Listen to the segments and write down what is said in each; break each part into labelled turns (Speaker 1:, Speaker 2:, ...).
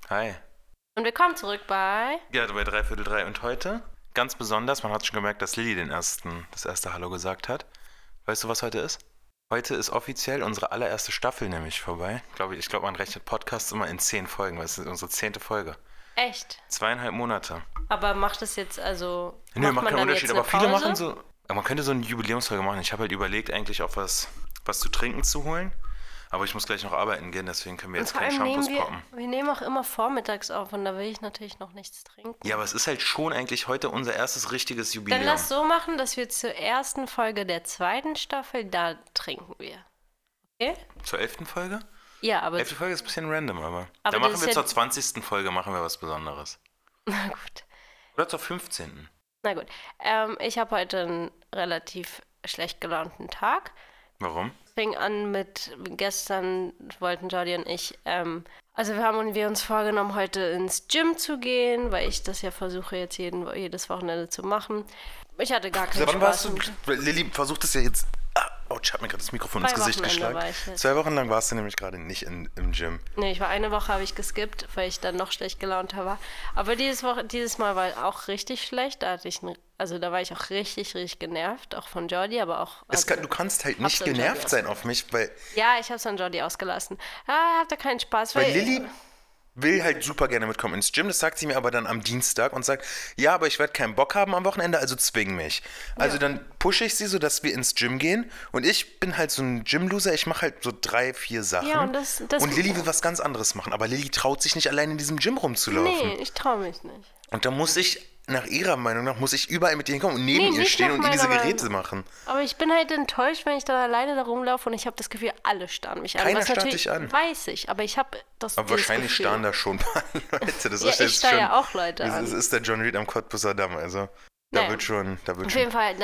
Speaker 1: Hi.
Speaker 2: Und willkommen zurück bei...
Speaker 1: Ja, bei Dreiviertel drei und heute ganz besonders, man hat schon gemerkt, dass Lilly das erste Hallo gesagt hat. Weißt du, was heute ist? Heute ist offiziell unsere allererste Staffel nämlich vorbei. Ich glaube, man rechnet Podcasts immer in 10 Folgen, weil es ist unsere 10. Folge.
Speaker 2: Echt?
Speaker 1: 2,5 Monate.
Speaker 2: Aber macht es jetzt
Speaker 1: Nö,
Speaker 2: macht
Speaker 1: macht
Speaker 2: man
Speaker 1: keinen
Speaker 2: dann
Speaker 1: Unterschied,
Speaker 2: jetzt
Speaker 1: aber
Speaker 2: eine
Speaker 1: viele
Speaker 2: Pause?
Speaker 1: machen so. Man könnte so eine Jubiläumsfolge machen. Ich habe halt überlegt, eigentlich auch was zu trinken zu holen. Aber ich muss gleich noch arbeiten gehen, deswegen können wir
Speaker 2: Und
Speaker 1: jetzt
Speaker 2: vor
Speaker 1: keinen
Speaker 2: allem
Speaker 1: Shampoos poppen.
Speaker 2: wir nehmen auch immer vormittags auf und da will ich natürlich noch nichts trinken.
Speaker 1: Ja, aber es ist halt schon eigentlich heute unser erstes richtiges Jubiläum.
Speaker 2: Dann lass so machen, dass wir zur ersten Folge der zweiten Staffel, da trinken wir. Okay?
Speaker 1: Zur 11. Folge?
Speaker 2: Ja, aber...
Speaker 1: 11. Folge ist ein bisschen random, aber
Speaker 2: Aber
Speaker 1: dann
Speaker 2: das
Speaker 1: machen
Speaker 2: ist
Speaker 1: wir
Speaker 2: ja-
Speaker 1: zur 20. Folge machen wir was Besonderes.
Speaker 2: Na gut.
Speaker 1: Oder zur 15.
Speaker 2: Na gut. Ich habe heute einen relativ schlecht gelaunten Tag.
Speaker 1: Warum?
Speaker 2: Fing an mit, gestern wollten Jordi und ich, also wir uns vorgenommen, heute ins Gym zu gehen, weil ich das ja versuche jetzt jedes Wochenende zu machen. Ich hatte gar keinen
Speaker 1: Wann warst
Speaker 2: Spaß.
Speaker 1: du? Lilly versucht es ja jetzt. Ich habe mir gerade das Mikrofon ins
Speaker 2: 2
Speaker 1: Gesicht
Speaker 2: Wochenende
Speaker 1: geschlagen.
Speaker 2: war ich jetzt.
Speaker 1: 2 Wochen lang warst du nämlich gerade nicht im Gym.
Speaker 2: Nee, eine Woche habe ich geskippt, weil ich dann noch schlecht gelaunter war. Aber dieses Mal war auch richtig schlecht. Da war ich auch richtig, richtig genervt, auch von Jordi, aber auch...
Speaker 1: Du kannst halt nicht
Speaker 2: hab's an
Speaker 1: genervt
Speaker 2: Jordi
Speaker 1: sein auf mich, weil
Speaker 2: Ja, ich habe es an Jordi ausgelassen. Habt ihr keinen Spaß,
Speaker 1: Lilly will halt super gerne mitkommen ins Gym. Das sagt sie mir aber dann am Dienstag und sagt, ja, aber ich werde keinen Bock haben am Wochenende, also zwing mich. Also dann pushe ich sie so, dass wir ins Gym gehen und ich bin halt so ein Gym-Loser. Ich mache halt so 3, 4 Sachen.
Speaker 2: Ja, und
Speaker 1: Lilly will was ganz anderes machen, aber Lilly traut sich nicht allein in diesem Gym rumzulaufen.
Speaker 2: Nee, ich traue mich nicht.
Speaker 1: Und da muss ich, nach ihrer Meinung nach, überall mit ihr hinkommen und neben ihr
Speaker 2: nicht
Speaker 1: stehen
Speaker 2: nach
Speaker 1: und ihr diese
Speaker 2: meiner
Speaker 1: Geräte
Speaker 2: Meinung.
Speaker 1: machen.
Speaker 2: Aber ich bin halt enttäuscht, wenn ich dann alleine da rumlaufe und ich habe das Gefühl, alle starren mich an.
Speaker 1: Keiner
Speaker 2: Was
Speaker 1: starrt
Speaker 2: natürlich
Speaker 1: dich an.
Speaker 2: Weiß ich, aber ich habe das
Speaker 1: Aber wahrscheinlich
Speaker 2: Gefühl.
Speaker 1: starren da schon ein paar Leute. Das
Speaker 2: Ja,
Speaker 1: ist
Speaker 2: ich
Speaker 1: jetzt
Speaker 2: starre
Speaker 1: schon,
Speaker 2: ja auch Leute an.
Speaker 1: Das ist der John Reed am Cottbusser Damm, also da
Speaker 2: Naja.
Speaker 1: wird schon.
Speaker 2: Auf jeden Fall,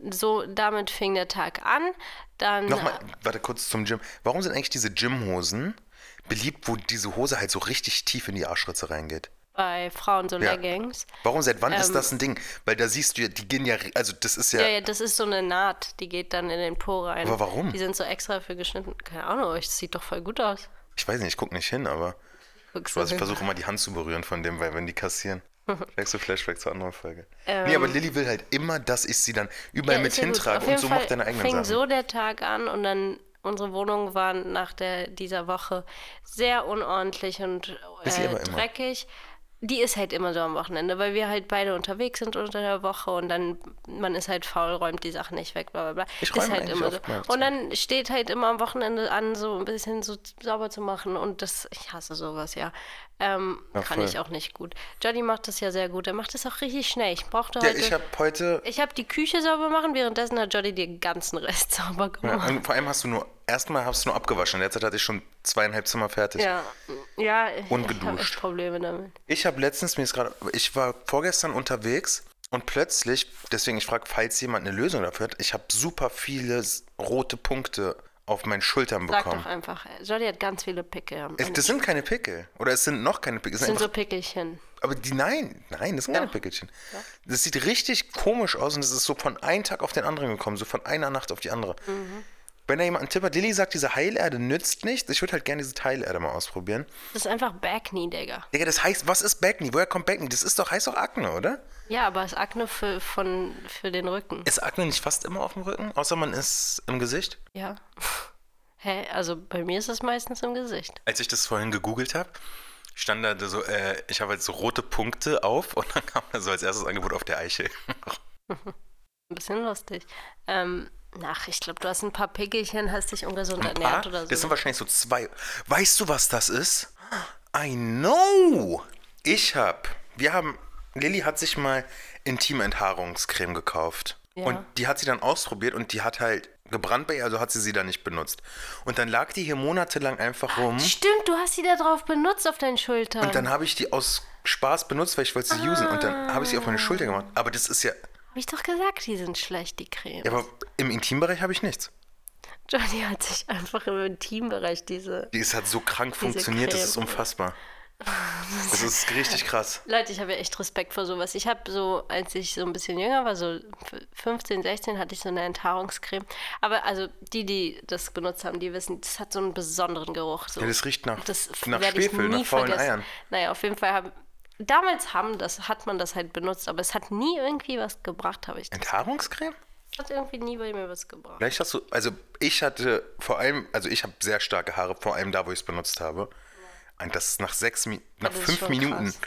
Speaker 2: damit fing der Tag an. Dann
Speaker 1: Nochmal, warte kurz zum Gym. Warum sind eigentlich diese Gymhosen beliebt, wo diese Hose halt so richtig tief in die Arschritze reingeht?
Speaker 2: bei Frauen so
Speaker 1: Ja.
Speaker 2: Leggings.
Speaker 1: Warum, seit wann ist das ein Ding? Weil da siehst du ja, die gehen ja, also das ist ja,
Speaker 2: Ja, das ist so eine Naht, die geht dann in den Po rein.
Speaker 1: Aber warum?
Speaker 2: Die sind so extra für geschnitten. Keine Ahnung, das sieht doch voll gut aus.
Speaker 1: ich weiß nicht, ich guck nicht hin, aber
Speaker 2: Guckst
Speaker 1: ich
Speaker 2: du hin?
Speaker 1: versuche immer die Hand zu berühren von dem, weil wenn die kassieren. Vielleicht so Flashback zur anderen Folge. Nee, aber Lilly will halt immer, dass ich sie dann überall
Speaker 2: Ja,
Speaker 1: mit
Speaker 2: ist ja gut.
Speaker 1: hintrage
Speaker 2: Auf
Speaker 1: und
Speaker 2: jeden
Speaker 1: so
Speaker 2: Fall
Speaker 1: macht deine eigenen
Speaker 2: fing
Speaker 1: Sachen.
Speaker 2: so der Tag an und dann unsere Wohnungen waren nach dieser Woche sehr unordentlich und
Speaker 1: Ist sie aber immer.
Speaker 2: dreckig. Die ist halt immer so am Wochenende, weil wir halt beide unterwegs sind unter der Woche und dann, man ist halt faul, räumt die Sachen nicht weg, bla bla bla.
Speaker 1: Ich
Speaker 2: Ist
Speaker 1: räume
Speaker 2: halt
Speaker 1: eigentlich
Speaker 2: immer so.
Speaker 1: oftmals
Speaker 2: Und dann steht halt immer am Wochenende an, so ein bisschen so sauber zu machen und ich hasse sowas, ja. Kann
Speaker 1: voll.
Speaker 2: ich auch nicht gut. Jody macht das ja sehr gut, er macht das auch richtig schnell. Ich brauchte
Speaker 1: Ja,
Speaker 2: heute...
Speaker 1: ich habe heute,
Speaker 2: Ich habe die Küche sauber machen, währenddessen hat Jody den ganzen Rest sauber
Speaker 1: ja,
Speaker 2: gemacht.
Speaker 1: und vor allem erstmal hast du nur abgewaschen. Derzeit hatte ich schon 2,5 Zimmer fertig.
Speaker 2: Ja,
Speaker 1: Und
Speaker 2: ich habe
Speaker 1: geduscht.
Speaker 2: echt Probleme damit.
Speaker 1: Ich habe letztens, ich war vorgestern unterwegs und plötzlich, deswegen ich frage, falls jemand eine Lösung dafür hat, ich habe super viele rote Punkte auf meinen Schultern
Speaker 2: Sag
Speaker 1: bekommen.
Speaker 2: doch einfach, Jody hat ganz viele Pickel.
Speaker 1: Das sind keine Pickel. Oder es sind noch keine Pickel. Es
Speaker 2: Das sind
Speaker 1: einfach,
Speaker 2: so Pickelchen.
Speaker 1: aber nein, das sind keine Pickelchen. Das sieht richtig komisch aus und es ist so von einem Tag auf den anderen gekommen, so von einer Nacht auf die andere. Wenn da jemand einen Tipp hat, Lilly sagt, diese Heilerde nützt nichts. Ich würde halt gerne diese Heilerde mal ausprobieren.
Speaker 2: Das ist einfach Backney, Digga.
Speaker 1: Digga, das heißt, was ist Backney? Woher kommt Backney? Das heißt doch Akne, oder?
Speaker 2: Ja, aber es ist Akne für den Rücken.
Speaker 1: Ist Akne nicht fast immer auf dem Rücken? Außer man ist im Gesicht?
Speaker 2: Ja. Hä? Also bei mir ist es meistens im Gesicht.
Speaker 1: Als ich das vorhin gegoogelt habe, stand da so, ich habe halt so rote Punkte auf und dann kam da so als erstes Angebot auf der Eichel.
Speaker 2: Ein bisschen lustig. Ich glaube, du hast ein paar Pickelchen, hast dich ungesund ernährt oder so.
Speaker 1: Das sind wahrscheinlich so 2. Weißt du, was das ist? I know! Lilly hat sich mal Intimenthaarungscreme gekauft.
Speaker 2: Ja.
Speaker 1: Und die hat sie dann ausprobiert und die hat halt gebrannt bei ihr, also hat sie dann nicht benutzt. Und dann lag die hier monatelang einfach rum.
Speaker 2: Stimmt, du hast sie da drauf benutzt auf deinen Schultern.
Speaker 1: Und dann habe ich die aus Spaß benutzt, weil ich wollte sie usen. Und dann habe ich sie auf meine Schulter gemacht. Aber das ist ja...
Speaker 2: Hab ich doch gesagt, die sind schlecht, die Creme.
Speaker 1: Ja, aber im Intimbereich habe ich nichts.
Speaker 2: Johnny hat sich einfach im Intimbereich
Speaker 1: Die ist halt so krank funktioniert, das
Speaker 2: Creme.
Speaker 1: ist unfassbar. Das ist richtig krass.
Speaker 2: Leute, ich habe ja echt Respekt vor sowas. Ich habe so, als ich so ein bisschen jünger war, so 15, 16, hatte ich so eine Enthaarungscreme. Aber also die das benutzt haben, die wissen, das hat so einen besonderen Geruch. So.
Speaker 1: Ja, das riecht nach
Speaker 2: werde ich
Speaker 1: Schwefel,
Speaker 2: nie
Speaker 1: nach faulen
Speaker 2: vergessen.
Speaker 1: Eiern.
Speaker 2: Naja, auf jeden Fall hat man das halt benutzt, aber es hat nie irgendwie was gebracht, habe ich das.
Speaker 1: Enthaarungscreme?
Speaker 2: Hat irgendwie nie bei mir was gebracht.
Speaker 1: Vielleicht hast du, also ich hatte vor allem, also ich habe sehr starke Haare, vor allem da, wo ich es benutzt habe. Und das ist nach
Speaker 2: das ist
Speaker 1: 5
Speaker 2: schon
Speaker 1: Minuten
Speaker 2: krass.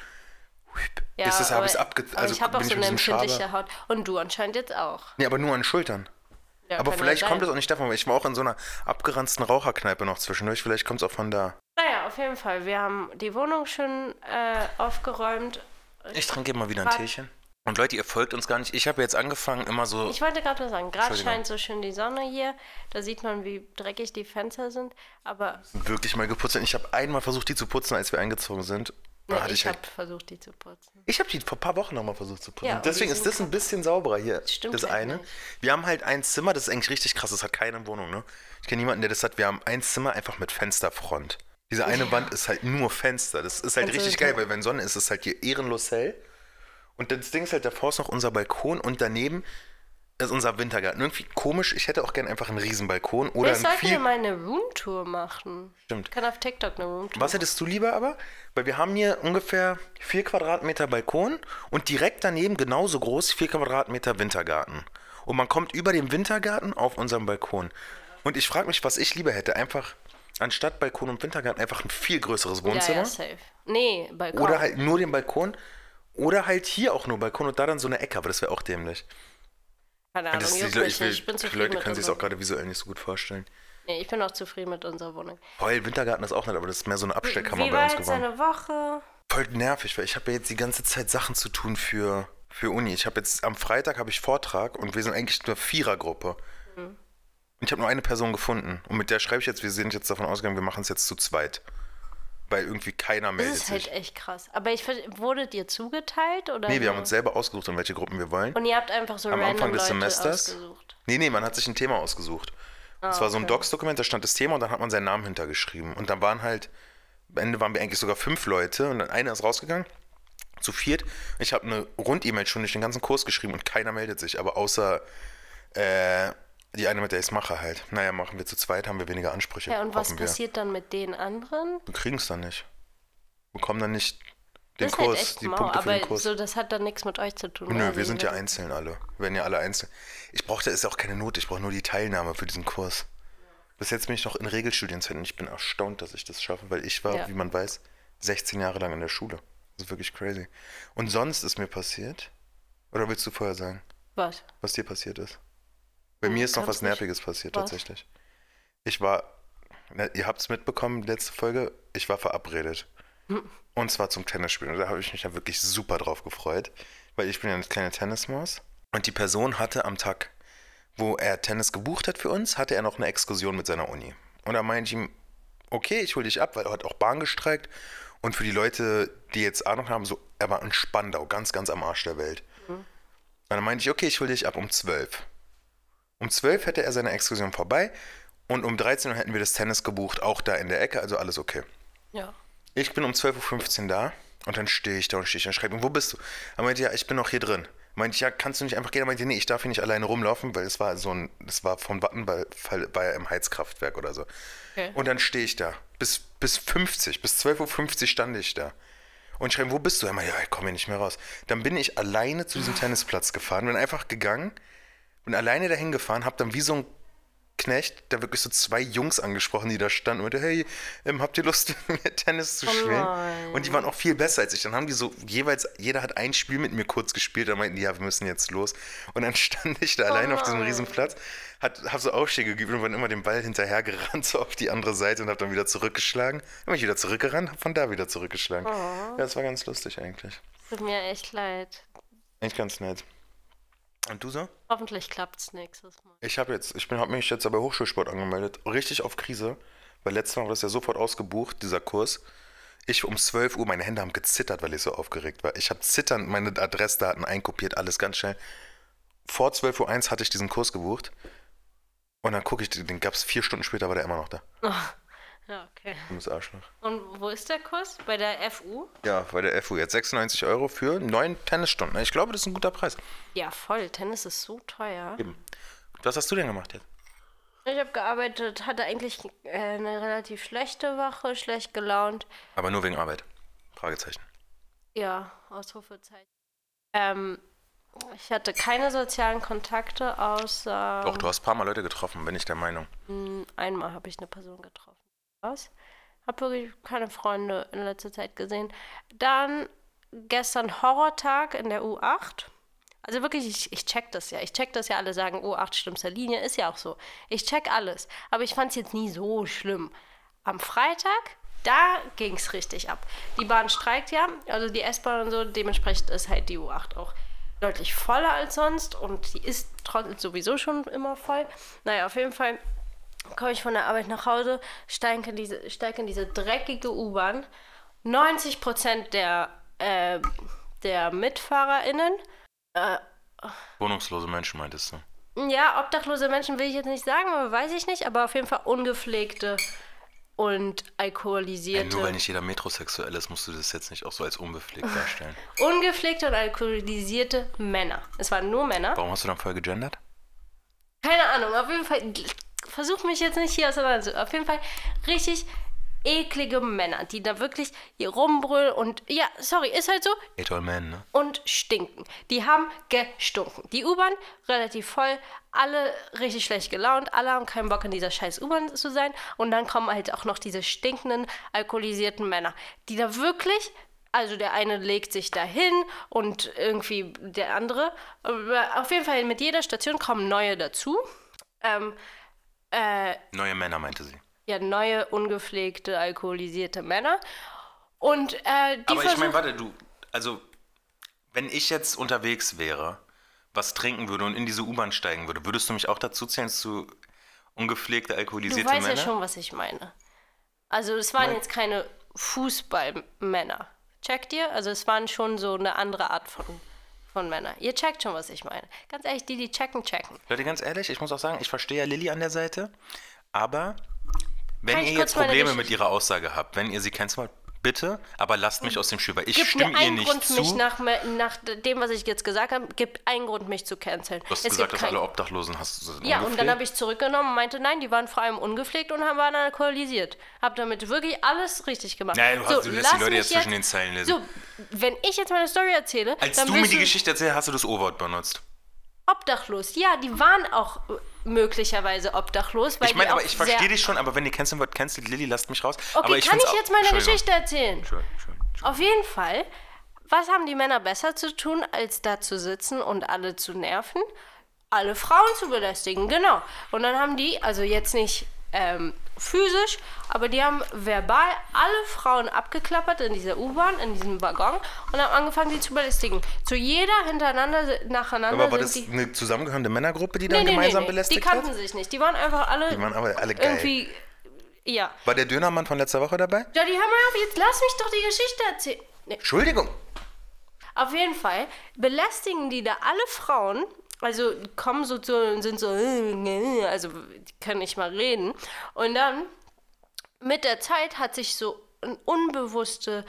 Speaker 1: ist das, habe ich es
Speaker 2: aber ich habe auch
Speaker 1: bin
Speaker 2: so
Speaker 1: ich mit
Speaker 2: eine
Speaker 1: diesem
Speaker 2: empfindliche
Speaker 1: Schaber.
Speaker 2: Haut. Und du anscheinend jetzt auch.
Speaker 1: Nee, aber nur an Schultern.
Speaker 2: Ja,
Speaker 1: Aber
Speaker 2: kann
Speaker 1: vielleicht
Speaker 2: ja
Speaker 1: kommt
Speaker 2: sein.
Speaker 1: es auch nicht davon, weil ich war auch in so einer abgeranzten Raucherkneipe noch zwischendurch. Vielleicht kommt es auch von da.
Speaker 2: Naja, auf jeden Fall. Wir haben die Wohnung schön aufgeräumt.
Speaker 1: Ich trinke immer wieder ein
Speaker 2: Grad-
Speaker 1: Teechen. Und Leute, ihr folgt uns gar nicht. Ich habe jetzt angefangen, immer so.
Speaker 2: Ich wollte gerade mal sagen, gerade
Speaker 1: Entschuldigung.
Speaker 2: scheint so schön die Sonne hier. Da sieht man, wie dreckig die Fenster sind. Aber
Speaker 1: Wirklich mal geputzt. Ich habe einmal versucht, die zu putzen, als wir eingezogen sind. Da hatte
Speaker 2: ich
Speaker 1: ich halt.
Speaker 2: habe versucht, die zu putzen.
Speaker 1: Ich habe die vor ein paar Wochen nochmal versucht zu putzen.
Speaker 2: Ja, und
Speaker 1: Deswegen
Speaker 2: die
Speaker 1: ist
Speaker 2: sind
Speaker 1: das ein bisschen sauberer hier.
Speaker 2: Stimmt
Speaker 1: das
Speaker 2: halt
Speaker 1: eine.
Speaker 2: nicht.
Speaker 1: Wir haben halt ein Zimmer, das ist eigentlich richtig krass. Das hat keine Wohnung, ne? Ich kenne niemanden, der das hat. Wir haben ein Zimmer einfach mit Fensterfront. Diese eine Wand ist halt nur Fenster. Das ist halt
Speaker 2: Also,
Speaker 1: richtig geil, weil wenn Sonne ist, ist es halt hier ehrenlos hell. Und das Ding ist halt, davor ist noch unser Balkon und daneben ist unser Wintergarten. Irgendwie komisch. Ich hätte auch gerne einfach einen riesen Balkon oder
Speaker 2: Ich
Speaker 1: ein
Speaker 2: sollte
Speaker 1: viel.
Speaker 2: mal eine Roomtour machen.
Speaker 1: Stimmt.
Speaker 2: Ich kann auf TikTok eine Roomtour
Speaker 1: Was hättest du lieber aber? Weil wir haben hier ungefähr 4 Quadratmeter Balkon und direkt daneben genauso groß 4 Quadratmeter Wintergarten. Und man kommt über den Wintergarten auf unseren Balkon. Und ich frage mich, was ich lieber hätte. Einfach anstatt Balkon und Wintergarten einfach ein viel größeres Wohnzimmer.
Speaker 2: Ja, safe. Nee, Balkon.
Speaker 1: Oder halt nur den Balkon. Oder halt hier auch nur Balkon und da dann so eine Ecke. Aber das wäre auch dämlich.
Speaker 2: Keine Ahnung,
Speaker 1: Das,
Speaker 2: juckt
Speaker 1: die,
Speaker 2: mich
Speaker 1: ich will,
Speaker 2: nicht. Ich bin
Speaker 1: die
Speaker 2: zufrieden
Speaker 1: Leute
Speaker 2: mit
Speaker 1: können sich auch
Speaker 2: unserer
Speaker 1: gerade visuell nicht so gut vorstellen.
Speaker 2: Nee, ich bin auch zufrieden mit unserer Wohnung.
Speaker 1: Heul, Wintergarten ist auch nett, aber das ist mehr so eine Abstellkammer
Speaker 2: Wie
Speaker 1: bei
Speaker 2: war
Speaker 1: uns
Speaker 2: jetzt
Speaker 1: geworden.
Speaker 2: deine Woche?
Speaker 1: Voll nervig, weil ich habe ja jetzt die ganze Zeit Sachen zu tun für Uni. Ich habe jetzt am Freitag habe ich Vortrag und wir sind eigentlich eine Vierergruppe. Und ich habe nur eine Person gefunden. Und mit der schreibe ich jetzt, wir sind jetzt davon ausgegangen, wir machen es jetzt zu zweit. Weil irgendwie keiner
Speaker 2: Das
Speaker 1: meldet
Speaker 2: ist halt
Speaker 1: sich.
Speaker 2: echt krass. Aber wurde dir zugeteilt? Oder
Speaker 1: Nee, wir
Speaker 2: nur-
Speaker 1: haben uns selber ausgesucht, in welche Gruppen wir wollen.
Speaker 2: Und ihr habt einfach so
Speaker 1: Am
Speaker 2: random
Speaker 1: Anfang des
Speaker 2: Leute
Speaker 1: Semesters.
Speaker 2: ausgesucht.
Speaker 1: Nee, man hat sich ein Thema ausgesucht. Das war so ein
Speaker 2: okay.
Speaker 1: Docs-Dokument, da stand das Thema und dann hat man seinen Namen hintergeschrieben. Und dann waren halt, am Ende waren wir eigentlich sogar 5 Leute und dann einer ist rausgegangen, zu viert. Ich habe eine Rund-E-Mail schon durch den ganzen Kurs geschrieben und keiner meldet sich, aber außer die eine, mit der ich es mache halt. Naja, machen wir zu zweit, haben wir weniger Ansprüche.
Speaker 2: Ja, und was
Speaker 1: hoffen wir.
Speaker 2: passiert dann mit den anderen?
Speaker 1: Wir kriegen es dann nicht. Wir bekommen dann nicht den
Speaker 2: Das ist
Speaker 1: Kurs,
Speaker 2: halt echt
Speaker 1: die
Speaker 2: mau,
Speaker 1: Punkte für den
Speaker 2: aber
Speaker 1: Kurs.
Speaker 2: so, das hat dann nichts mit euch zu tun.
Speaker 1: Nö,
Speaker 2: Also
Speaker 1: wir sind ja
Speaker 2: ihr-
Speaker 1: einzeln alle. Wir werden ja alle einzeln. Ich brauche, da ist ja auch keine Note, ich brauche nur die Teilnahme für diesen Kurs. Bis jetzt bin ich noch in Regelstudienzeit und ich bin erstaunt, dass ich das schaffe, weil ich war,
Speaker 2: Ja.
Speaker 1: wie man weiß, 16 Jahre lang in der Schule. Das ist wirklich crazy. Und sonst ist mir passiert, oder willst du vorher sagen,
Speaker 2: Was?
Speaker 1: was dir passiert ist? Bei mir ist noch was
Speaker 2: kannst nicht.
Speaker 1: Nerviges passiert,
Speaker 2: Was?
Speaker 1: tatsächlich. Ich war, ihr habt es mitbekommen, letzte Folge, ich war verabredet. Und zwar zum Tennisspielen. Und da habe ich mich ja wirklich super drauf gefreut, weil ich bin ja eine kleine Tennismaus. Und die Person hatte am Tag, wo er Tennis gebucht hat für uns, hatte er noch eine Exkursion mit seiner Uni. Und da meinte ich ihm, okay, ich hole dich ab, weil er hat auch Bahn gestreikt. Und für die Leute, die jetzt Ahnung haben, so, er war in Spandau, ganz, ganz am Arsch der Welt. Und dann meinte ich, okay, ich hole dich ab um 12. Um 12 hätte er seine Exkursion vorbei und um 13 Uhr hätten wir das Tennis gebucht, auch da in der Ecke, also alles okay.
Speaker 2: Ja.
Speaker 1: Ich bin um 12.15 Uhr da und dann stehe ich da und schreibe ihm, wo bist du? Er meinte, ja, ich bin noch hier drin. Meinte ich, ja, kannst du nicht einfach gehen? Er meinte, nee, ich darf hier nicht alleine rumlaufen, weil es war das war vom Wattenball, war ja im Heizkraftwerk oder so.
Speaker 2: Okay.
Speaker 1: Und dann stehe ich da, bis 12.50 Uhr stand ich da. Und ich schreibe, wo bist du? Er meinte, ja, ich komme hier nicht mehr raus. Dann bin ich alleine zu diesem Tennisplatz gefahren, bin einfach gegangen, bin alleine dahin gefahren, hab dann wie so ein Knecht, da wirklich so 2 Jungs angesprochen, die da standen und meinte, hey, habt ihr Lust, mit mir Tennis zu spielen?
Speaker 2: nein.
Speaker 1: Und die waren auch viel besser als ich. Dann haben die so jeweils, jeder hat ein Spiel mit mir kurz gespielt, dann meinten die, ja, wir müssen jetzt los. Und dann stand ich da alleine auf diesem
Speaker 2: nein.
Speaker 1: Hab so Aufschläge geübt und bin immer den Ball hinterhergerannt, so auf die andere Seite und hab dann wieder zurückgeschlagen. Dann bin ich wieder zurückgerannt, hab von da wieder zurückgeschlagen. Ja, das war ganz lustig eigentlich.
Speaker 2: Tut mir echt leid.
Speaker 1: Echt ganz nett. Und du so?
Speaker 2: Hoffentlich klappt's nächstes Mal.
Speaker 1: Ich habe mich jetzt bei Hochschulsport angemeldet, richtig auf Krise, weil letztes Mal war das ja sofort ausgebucht, dieser Kurs. Ich um 12 Uhr, meine Hände haben gezittert, weil ich so aufgeregt war. Ich habe zitternd meine Adressdaten einkopiert, alles ganz schnell. Vor 12.01 Uhr hatte ich diesen Kurs gebucht und dann gucke ich, den gab es 4 Stunden später, war der immer noch da.
Speaker 2: Ja, okay.
Speaker 1: Dummes Arschloch.
Speaker 2: Und wo ist der Kurs? Bei der FU?
Speaker 1: Ja, bei der FU jetzt 96 Euro für 9 Tennisstunden. Ich glaube, das ist ein guter Preis.
Speaker 2: Ja, voll. Tennis ist so teuer.
Speaker 1: Eben. Was hast du denn gemacht jetzt?
Speaker 2: Ich habe gearbeitet, hatte eigentlich eine relativ schlechte Woche, schlecht gelaunt.
Speaker 1: Aber nur wegen Arbeit. Fragezeichen.
Speaker 2: Ja, Ausrufezeichen. Ich hatte keine sozialen Kontakte, außer
Speaker 1: Doch, du hast ein paar Mal Leute getroffen, bin ich der Meinung.
Speaker 2: einmal habe ich eine Person getroffen. Was? Hab wirklich keine Freunde in letzter Zeit gesehen. Dann gestern Horrortag in der U8. Also wirklich, ich check das ja. Ich check das ja, alle sagen, U8 schlimmste Linie, ist ja auch so. Ich check alles. Aber ich fand es jetzt nie so schlimm. Am Freitag, da ging es richtig ab. Die Bahn streikt ja, also die S-Bahn und so, dementsprechend ist halt die U8 auch deutlich voller als sonst und die ist sowieso schon immer voll. Naja, auf jeden Fall komme ich von der Arbeit nach Hause, steige in diese dreckige U-Bahn. 90% der MitfahrerInnen,
Speaker 1: Wohnungslose Menschen meintest du?
Speaker 2: ja, obdachlose Menschen will ich jetzt nicht sagen, aber weiß ich nicht, aber auf jeden Fall ungepflegte und alkoholisierte.
Speaker 1: Nur weil nicht jeder metrosexuell ist, musst du das jetzt nicht auch so als unbepflegt darstellen.
Speaker 2: Ungepflegte und alkoholisierte Männer. Es waren nur Männer.
Speaker 1: Warum hast du dann voll gegendert?
Speaker 2: Keine Ahnung, auf jeden Fall, versuch mich jetzt nicht hier auseinanderzusetzen. Auf jeden Fall richtig eklige Männer, die da wirklich hier rumbrüllen und, ja, sorry, ist halt so.
Speaker 1: Hate all men, ne?
Speaker 2: Und stinken. Die haben gestunken. Die U-Bahn relativ voll, alle richtig schlecht gelaunt, alle haben keinen Bock in dieser scheiß U-Bahn zu sein und dann kommen halt auch noch diese stinkenden, alkoholisierten Männer, die da wirklich, also der eine legt sich da hin und irgendwie der andere, auf jeden Fall mit jeder Station kommen neue dazu.
Speaker 1: Neue Männer, meinte sie.
Speaker 2: Ja, neue, ungepflegte, alkoholisierte Männer. Und die
Speaker 1: Aber ich meine, warte, also, wenn ich jetzt unterwegs wäre, was trinken würde und in diese U-Bahn steigen würde, würdest du mich auch dazu zählen zu ungepflegte, alkoholisierte
Speaker 2: Du weißt
Speaker 1: Männer?
Speaker 2: ja schon, was ich meine. Also es waren jetzt keine Fußballmänner. Checkt ihr? Also es waren schon so eine andere Art von Männern. Ihr checkt schon, was ich meine. Ganz ehrlich, die checken.
Speaker 1: Leute, ganz ehrlich, ich muss auch sagen, ich verstehe ja Lilly an der Seite, aber wenn
Speaker 2: Kann ich
Speaker 1: ihr
Speaker 2: kurz
Speaker 1: jetzt
Speaker 2: meine
Speaker 1: Probleme
Speaker 2: Geschichte-
Speaker 1: mit ihrer Aussage habt, wenn ihr sie kennt wollt, bitte, aber lasst mich aus dem Spiel, weil ich
Speaker 2: Gibt
Speaker 1: stimme
Speaker 2: mir
Speaker 1: ihr
Speaker 2: einen
Speaker 1: nicht
Speaker 2: Grund,
Speaker 1: zu.
Speaker 2: mich nach dem, was ich jetzt gesagt habe, gibt einen Grund, mich zu canceln.
Speaker 1: Du hast
Speaker 2: Es
Speaker 1: gesagt,
Speaker 2: gibt
Speaker 1: dass alle Obdachlosen hast.
Speaker 2: Ja, und dann habe ich zurückgenommen und meinte, nein, die waren vor allem ungepflegt und waren alkoholisiert. Hab damit wirklich alles richtig gemacht.
Speaker 1: Naja, du lässt
Speaker 2: lass
Speaker 1: die Leute
Speaker 2: mich
Speaker 1: jetzt zwischen den Zeilen lesen.
Speaker 2: So, wenn ich jetzt meine Story erzähle,
Speaker 1: Als
Speaker 2: dann
Speaker 1: du mir
Speaker 2: willst
Speaker 1: die Geschichte erzählst, hast du das O-Wort benutzt.
Speaker 2: obdachlos. Ja, die waren auch möglicherweise obdachlos, weil
Speaker 1: Ich meine,
Speaker 2: die
Speaker 1: aber
Speaker 2: auch
Speaker 1: ich verstehe
Speaker 2: sehr...
Speaker 1: dich schon, aber wenn ihr canceln wollt, cancelt Lilly, lasst mich raus.
Speaker 2: Okay,
Speaker 1: aber ich
Speaker 2: kann
Speaker 1: find's
Speaker 2: ich
Speaker 1: auch-
Speaker 2: jetzt meine
Speaker 1: Entschuldigung.
Speaker 2: Geschichte erzählen?
Speaker 1: Entschuldigung.
Speaker 2: Auf jeden Fall, was haben die Männer besser zu tun, als da zu sitzen und alle zu nerven? Alle Frauen zu belästigen, genau. Und dann haben die, also jetzt nicht physisch, aber die haben verbal alle Frauen abgeklappert in dieser U-Bahn, in diesem Waggon und haben angefangen, die zu belästigen. Zu jeder nacheinander
Speaker 1: Aber war das
Speaker 2: sind die...
Speaker 1: eine zusammengehörende Männergruppe, die dann gemeinsam
Speaker 2: Die
Speaker 1: belästigt
Speaker 2: kannten
Speaker 1: hat?
Speaker 2: sich nicht. Die waren einfach alle...
Speaker 1: Die waren aber alle geil.
Speaker 2: irgendwie... Ja.
Speaker 1: War der Dönermann von letzter Woche dabei?
Speaker 2: Jody, hör mal auf, jetzt lass mich doch die Geschichte erzählen. Nee.
Speaker 1: Entschuldigung.
Speaker 2: Auf jeden Fall belästigen die da alle Frauen, also kommen so zu und sind so, also die können nicht mal reden. Und dann mit der Zeit hat sich so ein unbewusster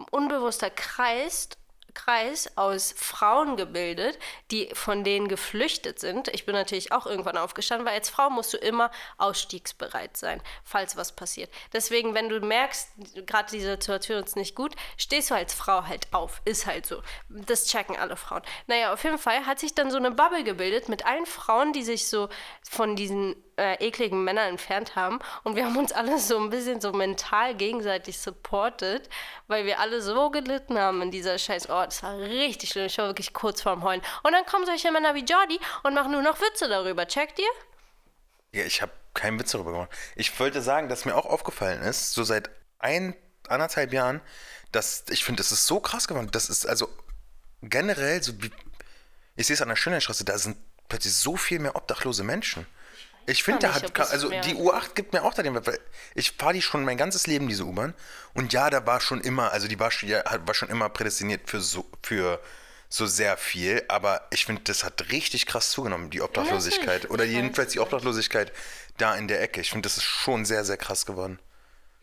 Speaker 2: Kreis aus Frauen gebildet, die von denen geflüchtet sind. Ich bin natürlich auch irgendwann aufgestanden, weil als Frau musst du immer ausstiegsbereit sein, falls was passiert. Deswegen, wenn du merkst, gerade die Situation ist nicht gut, stehst du als Frau halt auf. Ist halt so. Das checken alle Frauen. Naja, auf jeden Fall hat sich dann so eine Bubble gebildet mit allen Frauen, die sich so von diesen ekligen Männern entfernt haben. Und wir haben uns alle so ein bisschen so mental gegenseitig supportet, weil wir alle so gelitten haben in dieser scheiß Ort. Das war richtig schlimm. Ich war wirklich kurz vorm Heulen. Und dann kommen solche Männer wie Jordi und machen nur noch Witze darüber. Checkt ihr?
Speaker 1: Ja, ich habe keinen Witz darüber gemacht. Ich wollte sagen, dass mir auch aufgefallen ist, so seit 1,5 Jahren, dass ich finde, das ist so krass geworden. Das ist also generell so wie, ich sehe es an der Schönheitsstraße, da sind plötzlich so viel mehr obdachlose Menschen. Ich finde,
Speaker 2: nicht, ob das
Speaker 1: also
Speaker 2: mehr-
Speaker 1: die U8 gibt mir auch da den, weil ich fahre die schon mein ganzes Leben, diese U-Bahn. Und ja, da war schon immer, also die war schon immer prädestiniert für so sehr viel. Aber ich finde, das hat richtig krass zugenommen, die Obdachlosigkeit.
Speaker 2: Natürlich.
Speaker 1: Oder jedenfalls die Obdachlosigkeit da in der Ecke. Ich finde, das ist schon sehr, sehr krass geworden.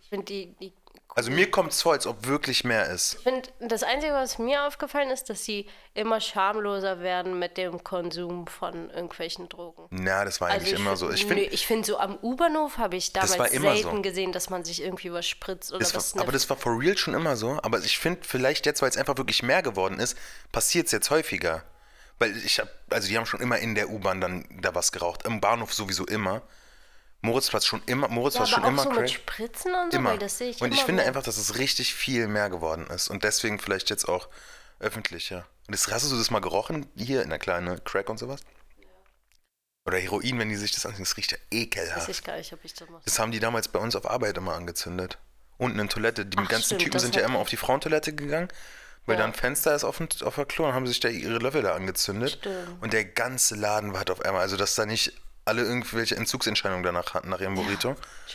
Speaker 2: Ich finde die
Speaker 1: Also mir kommt es vor, als ob wirklich mehr ist.
Speaker 2: Ich finde, das Einzige, was mir aufgefallen ist, dass sie immer schamloser werden mit dem Konsum von irgendwelchen Drogen.
Speaker 1: Na, das war eigentlich immer so.
Speaker 2: Ich finde, so am U-Bahnhof habe ich damals selten
Speaker 1: so
Speaker 2: gesehen, dass man sich irgendwie was spritzt oder was.
Speaker 1: Aber das war for real schon immer so. Aber ich finde, vielleicht jetzt, weil es einfach wirklich mehr geworden ist, passiert es jetzt häufiger. Weil die haben schon immer in der U-Bahn dann da was geraucht. Im Bahnhof sowieso immer. Moritzplatz schon immer. Moritzplatz schon
Speaker 2: aber
Speaker 1: immer
Speaker 2: auch so
Speaker 1: crack.
Speaker 2: mit Spritzen und so,
Speaker 1: Immer.
Speaker 2: weil das sehe ich
Speaker 1: Und ich
Speaker 2: immer
Speaker 1: finde
Speaker 2: mehr.
Speaker 1: einfach, dass es richtig viel mehr geworden ist. Und deswegen vielleicht jetzt auch öffentlicher. Und hast du das mal gerochen? Hier in der kleinen Crack und sowas? Ja. Oder Heroin, wenn die sich das ansehen. Das riecht ja ekelhaft.
Speaker 2: Weiß ich gar nicht, ob ich das mache.
Speaker 1: Das haben die damals bei uns auf Arbeit immer angezündet. Unten in Toilette. Die ganzen
Speaker 2: stimmt,
Speaker 1: Typen sind ja immer auf die Frauentoilette gegangen, weil da ein Fenster ist auf der Klo und haben sich da ihre Löffel da angezündet.
Speaker 2: Stimmt.
Speaker 1: Und der ganze Laden war halt auf einmal, also dass da nicht alle irgendwelche Entzugsentscheidungen danach hatten, nach ihrem Burrito.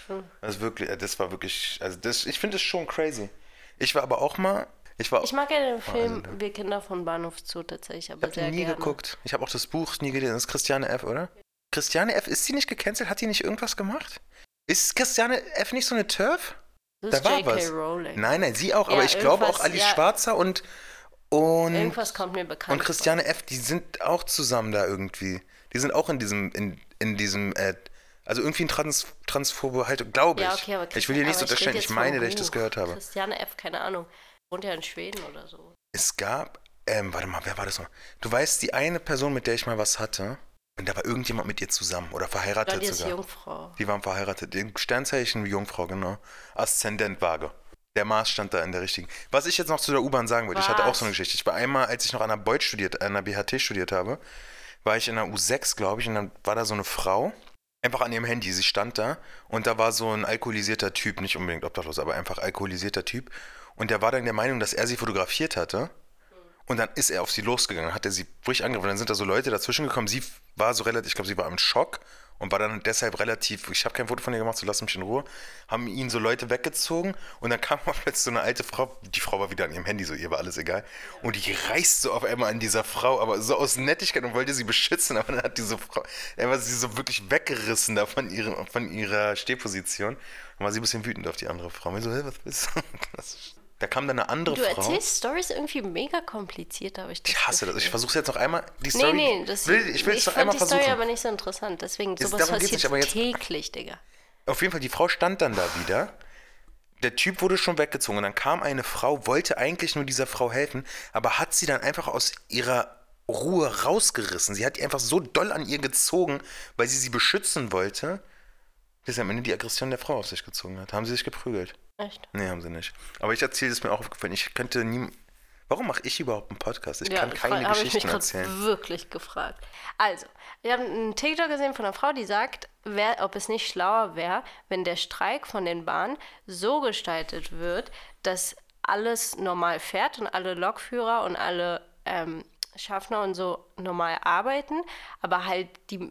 Speaker 1: Das war wirklich, ich finde es schon crazy. Ich war aber auch mal,
Speaker 2: ich mag ja den Film Wir Kinder von Bahnhof Zoo tatsächlich, aber
Speaker 1: sehr gerne. Ich habe nie geguckt. Ich habe auch das Buch nie gelesen. Das ist Christiane F., oder? Christiane F., ist sie nicht gecancelt? Hat die nicht irgendwas gemacht? Ist Christiane F. nicht so eine Turf?
Speaker 2: Das ist J.K. Rowling.
Speaker 1: Nein, sie auch, aber ich glaube auch Alice Schwarzer und
Speaker 2: irgendwas kommt mir bekannt
Speaker 1: und Christiane F., die sind auch zusammen da irgendwie. Die sind auch in diesem, also irgendwie ein transphobe Haltung, glaube ich.
Speaker 2: Ja, okay, aber
Speaker 1: ich will dir nichts unterstellen, ich meine, dass ich das gehört habe.
Speaker 2: Christiane F., keine Ahnung, wohnt ja in Schweden oder so.
Speaker 1: Es gab, warte mal, wer war das noch? Du weißt, die eine Person, mit der ich mal was hatte, und da war irgendjemand mit ihr zusammen oder verheiratet
Speaker 2: die
Speaker 1: sogar.
Speaker 2: ist Jungfrau.
Speaker 1: Die waren verheiratet. Sternzeichen Jungfrau, genau. Aszendent Waage. Der Mars stand da in der richtigen. Was ich jetzt noch zu der U-Bahn sagen wollte, ich hatte auch so eine Geschichte. Ich war einmal, als ich noch an der BHT studiert habe, war ich in der U6, glaube ich, und dann war da so eine Frau, einfach an ihrem Handy, sie stand da und da war so ein alkoholisierter Typ, nicht unbedingt obdachlos, aber einfach alkoholisierter Typ und der war dann der Meinung, dass er sie fotografiert hatte und dann ist er auf sie losgegangen, hat er sie ruhig angegriffen, dann sind da so Leute dazwischen gekommen, sie war so relativ, ich glaube, sie war im Schock und war dann deshalb relativ, ich habe kein Foto von ihr gemacht, so lass mich in Ruhe, haben ihn so Leute weggezogen und dann kam plötzlich so eine alte Frau, die Frau war wieder an ihrem Handy, so ihr war alles egal und die reißt so auf einmal an dieser Frau, aber so aus Nettigkeit und wollte sie beschützen, aber dann hat diese Frau, einfach sie so wirklich weggerissen da von ihrer Stehposition und war sie ein bisschen wütend auf die andere Frau. Und ich so, hey, was bist du? Da kam dann eine andere Frau.
Speaker 2: Du erzählst Stories irgendwie mega kompliziert, habe ich das
Speaker 1: Ich hasse das. Ich versuche es jetzt noch einmal, die
Speaker 2: Story. Nee,
Speaker 1: ich will es noch einmal versuchen. Ich fand
Speaker 2: die Story aber nicht so interessant. Deswegen, sowas passiert täglich, Digga.
Speaker 1: Auf jeden Fall, die Frau stand dann da wieder. Der Typ wurde schon weggezogen. Und dann kam eine Frau, wollte eigentlich nur dieser Frau helfen, aber hat sie dann einfach aus ihrer Ruhe rausgerissen. Sie hat die einfach so doll an ihr gezogen, weil sie beschützen wollte, bis am Ende die Aggression der Frau auf sich gezogen hat. Haben sie sich geprügelt.
Speaker 2: Echt?
Speaker 1: Nee, haben sie nicht. Aber ich erzähle es mir auch aufgefallen. Ich könnte nie. Warum mache ich überhaupt einen Podcast? Ich kann keine Geschichten erzählen.
Speaker 2: Ich habe mich wirklich gefragt. Also, ich habe einen TikTok gesehen von einer Frau, die sagt, ob es nicht schlauer wäre, wenn der Streik von den Bahnen so gestaltet wird, dass alles normal fährt und alle Lokführer und alle Schaffner und so normal arbeiten, aber halt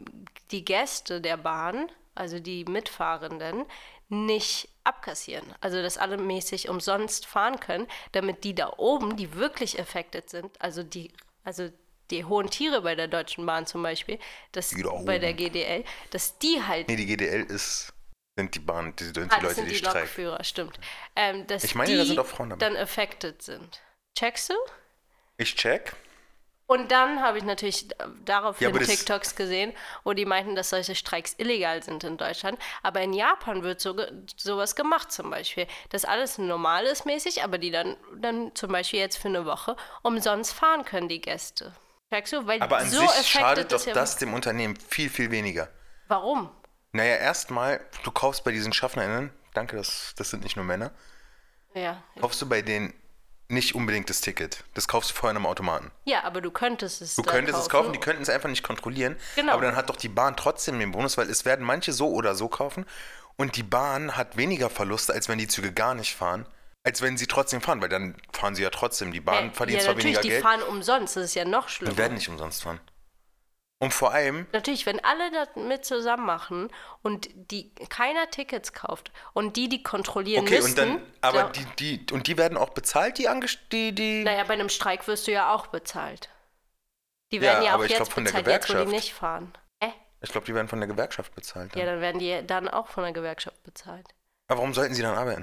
Speaker 2: die Gäste der Bahn, also die Mitfahrenden, nicht abkassieren. Also, dass alle mäßig umsonst fahren können, damit die da oben, die wirklich affected sind, also die hohen Tiere bei der Deutschen Bahn zum Beispiel, bei der GDL, dass die halt...
Speaker 1: Nee, die GDL sind die Bahn, die Leute, die streiken.
Speaker 2: Lokführer, stimmt. Dass
Speaker 1: ich meine, da sind auch Frauen dabei.
Speaker 2: Dann affected sind. Checkst du?
Speaker 1: Ich check.
Speaker 2: Und dann habe ich natürlich daraufhin TikToks gesehen, wo die meinten, dass solche Streiks illegal sind in Deutschland. Aber in Japan wird sowas gemacht zum Beispiel. Dass alles normal ist mäßig, aber die dann zum Beispiel jetzt für eine Woche umsonst fahren können, die Gäste. Checkst du? Weil
Speaker 1: aber an sich schadet doch das dem Unternehmen viel, viel weniger.
Speaker 2: Warum?
Speaker 1: Naja, erstmal, du kaufst bei diesen SchaffnerInnen, danke, das sind nicht nur Männer, kaufst du bei denen nicht unbedingt das Ticket. Das kaufst du vorher am Automaten.
Speaker 2: Ja, aber du könntest es
Speaker 1: kaufen, die könnten es einfach nicht kontrollieren.
Speaker 2: Genau.
Speaker 1: Aber dann hat doch die Bahn trotzdem den Bonus, weil es werden manche so oder so kaufen und die Bahn hat weniger Verluste, als wenn die Züge gar nicht fahren, als wenn sie trotzdem fahren, weil dann fahren sie ja trotzdem. Die Bahn verdient zwar weniger Geld.
Speaker 2: Ja, natürlich, die fahren umsonst, das ist ja noch schlimmer.
Speaker 1: Die werden nicht umsonst fahren. Und vor allem...
Speaker 2: Natürlich, wenn alle damit zusammen machen und keiner Tickets kauft und die kontrollieren müssen...
Speaker 1: Okay, und die werden auch bezahlt, die...
Speaker 2: Naja, bei einem Streik wirst du ja auch bezahlt. Die werden ja auch jetzt bezahlt, jetzt wo die nicht fahren.
Speaker 1: Ich glaube, die werden von der Gewerkschaft bezahlt.
Speaker 2: Dann. Ja, dann werden die dann auch von der Gewerkschaft bezahlt.
Speaker 1: Aber warum sollten sie dann arbeiten?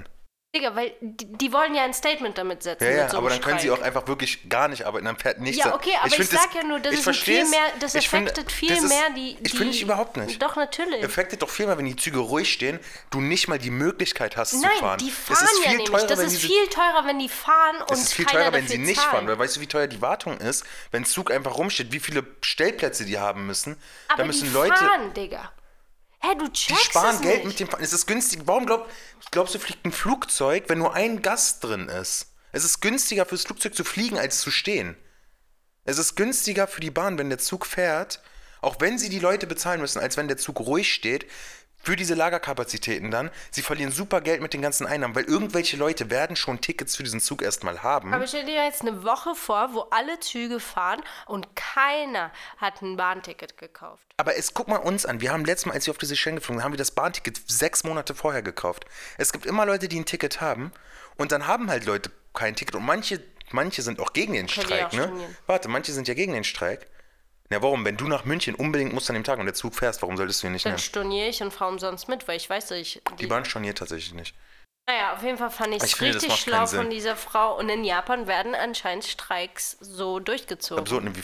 Speaker 2: Digga, weil die wollen ja ein Statement damit setzen.
Speaker 1: Ja,
Speaker 2: mit so
Speaker 1: aber
Speaker 2: einem
Speaker 1: dann können sie
Speaker 2: Streik.
Speaker 1: auch einfach wirklich gar nicht arbeiten, dann fährt nichts.
Speaker 2: Ja, okay, aber ich sag ja nur, das ist viel mehr, das affectet viel mehr die...
Speaker 1: Ich finde ich überhaupt nicht.
Speaker 2: Doch, natürlich.
Speaker 1: Affectet doch viel mehr, wenn die Züge ruhig stehen, du nicht mal die Möglichkeit hast zu fahren.
Speaker 2: Nein, die fahren ja nämlich. Das ist viel teurer, wenn die fahren und
Speaker 1: es ist viel
Speaker 2: keiner
Speaker 1: teurer, wenn
Speaker 2: dafür
Speaker 1: sie nicht
Speaker 2: zahlt.
Speaker 1: fahren, weil weißt du, wie teuer die Wartung ist, wenn ein Zug einfach rumsteht, wie viele Stellplätze die haben müssen.
Speaker 2: Aber
Speaker 1: da müssen
Speaker 2: die
Speaker 1: Leute
Speaker 2: fahren, Digga. Hä, du checkst
Speaker 1: Die sparen
Speaker 2: es
Speaker 1: Geld
Speaker 2: nicht.
Speaker 1: mit dem Fahren. Es ist günstig. Warum glaubst du, fliegt ein Flugzeug, wenn nur ein Gast drin ist? Es ist günstiger fürs Flugzeug zu fliegen, als zu stehen. Es ist günstiger für die Bahn, wenn der Zug fährt, auch wenn sie die Leute bezahlen müssen, als wenn der Zug ruhig steht, für diese Lagerkapazitäten dann. Sie verlieren super Geld mit den ganzen Einnahmen, weil irgendwelche Leute werden schon Tickets für diesen Zug erstmal haben.
Speaker 2: Aber stell dir jetzt eine Woche vor, wo alle Züge fahren und keiner hat ein Bahnticket gekauft.
Speaker 1: Aber guck mal uns an. Wir haben letztes Mal, als wir auf diese Schengen geflogen sind, haben wir das Bahnticket 6 Monate vorher gekauft. Es gibt immer Leute, die ein Ticket haben und dann haben halt Leute kein Ticket und manche sind auch gegen den
Speaker 2: Können die
Speaker 1: Streik,
Speaker 2: auch
Speaker 1: ne?
Speaker 2: stornieren.
Speaker 1: Warte, manche sind ja gegen den Streik. Na warum? Wenn du nach München unbedingt musst an dem Tag und der Zug fährst, warum solltest du ihn nicht
Speaker 2: Dann
Speaker 1: nehmen?
Speaker 2: storniere ich und fahre umsonst mit, weil ich weiß, dass ich...
Speaker 1: Die Bahn storniert tatsächlich nicht.
Speaker 2: Naja, auf jeden Fall fand ich
Speaker 1: Ich
Speaker 2: es
Speaker 1: finde, das
Speaker 2: richtig
Speaker 1: macht keinen
Speaker 2: schlau von
Speaker 1: Sinn.
Speaker 2: dieser Frau. Und in Japan werden anscheinend Streiks so durchgezogen.
Speaker 1: Absurd, ne,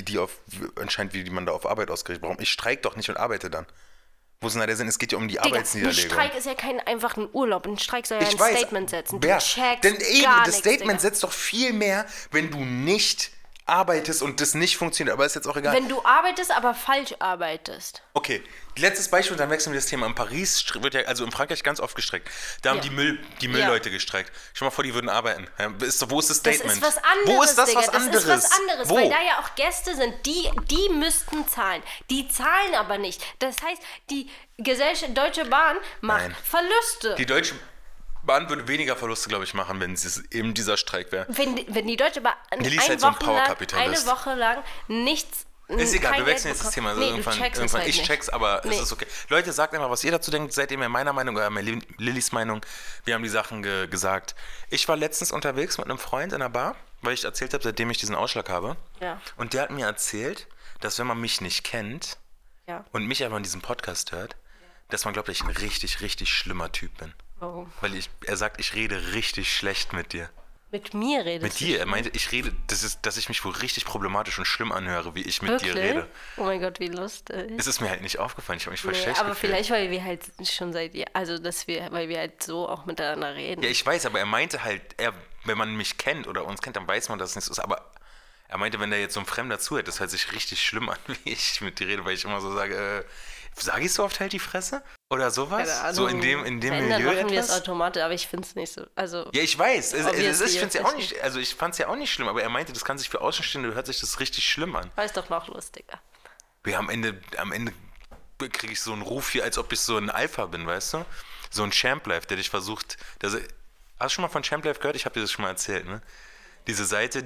Speaker 1: wie man da auf Arbeit ausgerichtet. Warum? Ich streik doch nicht und arbeite dann. Wo ist denn da der Sinn? Es geht ja um die
Speaker 2: Digga, ein
Speaker 1: Arbeitsniederlegung.
Speaker 2: Streik ist ja kein einfach ein Urlaub. Ein Streik soll ja ein
Speaker 1: weiß,
Speaker 2: Statement setzen. Du
Speaker 1: wer?
Speaker 2: checkst
Speaker 1: Denn eben,
Speaker 2: gar
Speaker 1: das
Speaker 2: nichts,
Speaker 1: Statement
Speaker 2: Digga.
Speaker 1: setzt doch viel mehr, wenn du nicht arbeitest und das nicht funktioniert. Aber ist jetzt auch egal.
Speaker 2: Wenn du arbeitest, aber falsch arbeitest.
Speaker 1: Okay, letztes Beispiel, dann wechseln wir das Thema. In Paris wird ja, also in Frankreich ganz oft gestreikt. Da haben
Speaker 2: Ja.
Speaker 1: die Müllleute gestreikt. Stell mal vor, die würden arbeiten. Ja, wo ist das
Speaker 2: Das
Speaker 1: Statement?
Speaker 2: ist was anderes,
Speaker 1: Wo ist das
Speaker 2: Digga.
Speaker 1: was anderes?
Speaker 2: Das ist was anderes,
Speaker 1: Wo?
Speaker 2: weil da ja auch Gäste sind, die müssten zahlen. Die zahlen aber nicht. Das heißt, die Deutsche Bahn macht
Speaker 1: Nein.
Speaker 2: Verluste.
Speaker 1: Die Deutsche Bahn würde weniger Verluste, glaube ich, machen, wenn es eben dieser Streik wäre.
Speaker 2: Wenn die Deutsche Bahn
Speaker 1: Lilly ist halt so ein Powerkapitalist.
Speaker 2: eine Woche lang nichts.
Speaker 1: Ist egal,
Speaker 2: kein
Speaker 1: wir wechseln
Speaker 2: Geld
Speaker 1: jetzt das
Speaker 2: bekommen.
Speaker 1: Thema. Also
Speaker 2: Nee,
Speaker 1: irgendwann
Speaker 2: halt
Speaker 1: ich
Speaker 2: nicht.
Speaker 1: check's, aber
Speaker 2: Nee.
Speaker 1: es ist okay. Leute, sagt einfach, was ihr dazu denkt. Seid ihr mehr meiner Meinung oder mehr Lillys Meinung? Wir haben die Sachen gesagt. Ich war letztens unterwegs mit einem Freund in einer Bar, weil ich erzählt habe, seitdem ich diesen Ausschlag habe.
Speaker 2: Ja.
Speaker 1: Und der hat mir erzählt, dass wenn man mich nicht kennt
Speaker 2: Ja.
Speaker 1: und mich aber in diesem Podcast hört, dass man glaubt, dass ich ein richtig, richtig schlimmer Typ bin.
Speaker 2: Warum?
Speaker 1: Weil er sagt, ich rede richtig schlecht mit dir.
Speaker 2: Mit mir redest
Speaker 1: Mit dir. Er meinte, dass ich mich wohl richtig problematisch und schlimm anhöre, wie ich mit
Speaker 2: Wirklich?
Speaker 1: dir rede.
Speaker 2: Oh mein Gott, wie lustig.
Speaker 1: Es ist mir halt nicht aufgefallen. Ich habe mich voll
Speaker 2: Nee,
Speaker 1: schlecht
Speaker 2: aber
Speaker 1: gefühlt.
Speaker 2: vielleicht, weil wir halt schon weil wir halt so auch miteinander reden.
Speaker 1: Ja, ich weiß, aber er meinte halt, wenn man mich kennt oder uns kennt, dann weiß man, dass es nicht so ist. Aber er meinte, wenn da jetzt so ein Fremder zuhört, das hört sich richtig schlimm an, wie ich mit dir rede, weil ich immer so sage, sage ich so oft halt die Fresse? Oder sowas?
Speaker 2: Keine Ahnung.
Speaker 1: So in dem
Speaker 2: Wenn,
Speaker 1: Milieu
Speaker 2: dann machen wir es
Speaker 1: etwas?
Speaker 2: automatisch, aber ich finde es nicht so. Also,
Speaker 1: Ja, ich weiß. Ich
Speaker 2: Obviously,
Speaker 1: finde es ja auch nicht, also ich fand es ja auch nicht schlimm, aber er meinte, das kann sich für Außenstehende, hört sich das richtig schlimm an.
Speaker 2: war es doch noch lustiger.
Speaker 1: Ja, am Ende kriege ich so einen Ruf hier, als ob ich so ein Alpha bin, weißt du? So ein Champ Life, der dich versucht. Hast du schon mal von Champ Life gehört? Ich habe dir das schon mal erzählt, ne? Diese Seite,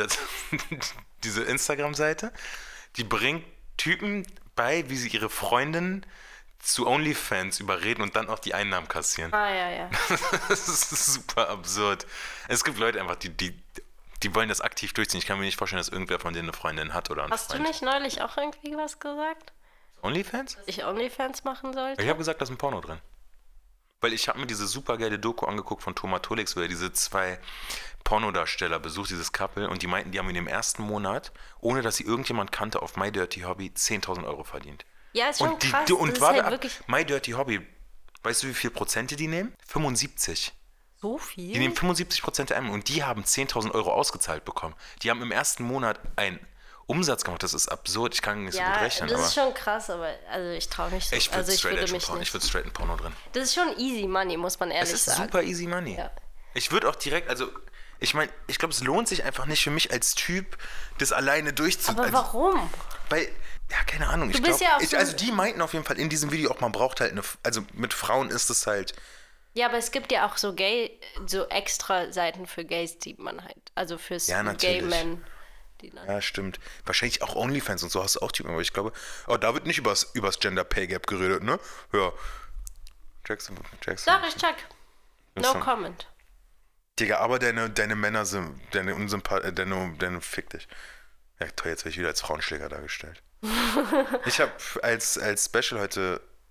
Speaker 1: diese Instagram-Seite, die bringt Typen bei, wie sie ihre Freundin zu OnlyFans überreden und dann auch die Einnahmen kassieren.
Speaker 2: Ah, ja.
Speaker 1: Das ist super absurd. Es gibt Leute einfach, die wollen das aktiv durchziehen. Ich kann mir nicht vorstellen, dass irgendwer von denen eine Freundin hat oder einen
Speaker 2: Hast du
Speaker 1: Freund.
Speaker 2: nicht neulich auch irgendwie was gesagt?
Speaker 1: OnlyFans?
Speaker 2: Dass ich OnlyFans machen sollte?
Speaker 1: Ich habe gesagt, da ist ein Porno drin. Weil ich habe mir diese super geile Doku angeguckt von Tomatolix, wo er diese 2 Pornodarsteller besucht, dieses Couple, und die meinten, die haben in dem ersten Monat, ohne dass sie irgendjemand kannte, auf My Dirty Hobby 10.000 Euro verdient.
Speaker 2: Ja, ist schon
Speaker 1: Und
Speaker 2: krass.
Speaker 1: und
Speaker 2: das ist
Speaker 1: warte
Speaker 2: halt
Speaker 1: ab,
Speaker 2: wirklich
Speaker 1: My Dirty Hobby, weißt du, wie viel Prozente die nehmen? 75.
Speaker 2: so viel.
Speaker 1: Die nehmen 75% der Einnahmen und die haben 10.000 Euro ausgezahlt bekommen. Die haben im ersten Monat einen Umsatz gemacht. Das ist absurd. Ich kann nicht so gut
Speaker 2: Ja,
Speaker 1: rechnen.
Speaker 2: das
Speaker 1: Aber
Speaker 2: ist schon krass, aber also ich traue nicht so.
Speaker 1: ich würde
Speaker 2: Also ich würde mich
Speaker 1: Ich
Speaker 2: nicht.
Speaker 1: würde straight ein Porno drin.
Speaker 2: Das ist schon easy money, muss man ehrlich
Speaker 1: Es ist
Speaker 2: sagen.
Speaker 1: super easy money.
Speaker 2: Ja.
Speaker 1: Ich würde auch direkt, also ich meine, ich glaube, es lohnt sich einfach nicht für mich als Typ, das alleine durchzuziehen.
Speaker 2: Aber warum?
Speaker 1: Weil, ja, keine Ahnung. Ich
Speaker 2: bist
Speaker 1: glaube,
Speaker 2: ja auch so-
Speaker 1: also die meinten auf jeden Fall in diesem Video auch, man braucht halt also mit Frauen ist es halt,
Speaker 2: Ja, aber es gibt ja auch so so extra Seiten für Gays, die man halt, also fürs
Speaker 1: Ja, natürlich.
Speaker 2: Gay Men. Die dann,
Speaker 1: ja, stimmt. Wahrscheinlich auch OnlyFans und so hast du auch Typen, aber ich glaube, da wird nicht übers Gender Pay Gap geredet, ne? Ja. Jackson.
Speaker 2: Sag ich, check. No
Speaker 1: Ist so.
Speaker 2: comment.
Speaker 1: Digga, aber deine Männer sind, deine fick dich. Ja, toll, jetzt werde ich wieder als Frauenschläger dargestellt. Ich habe als Special heute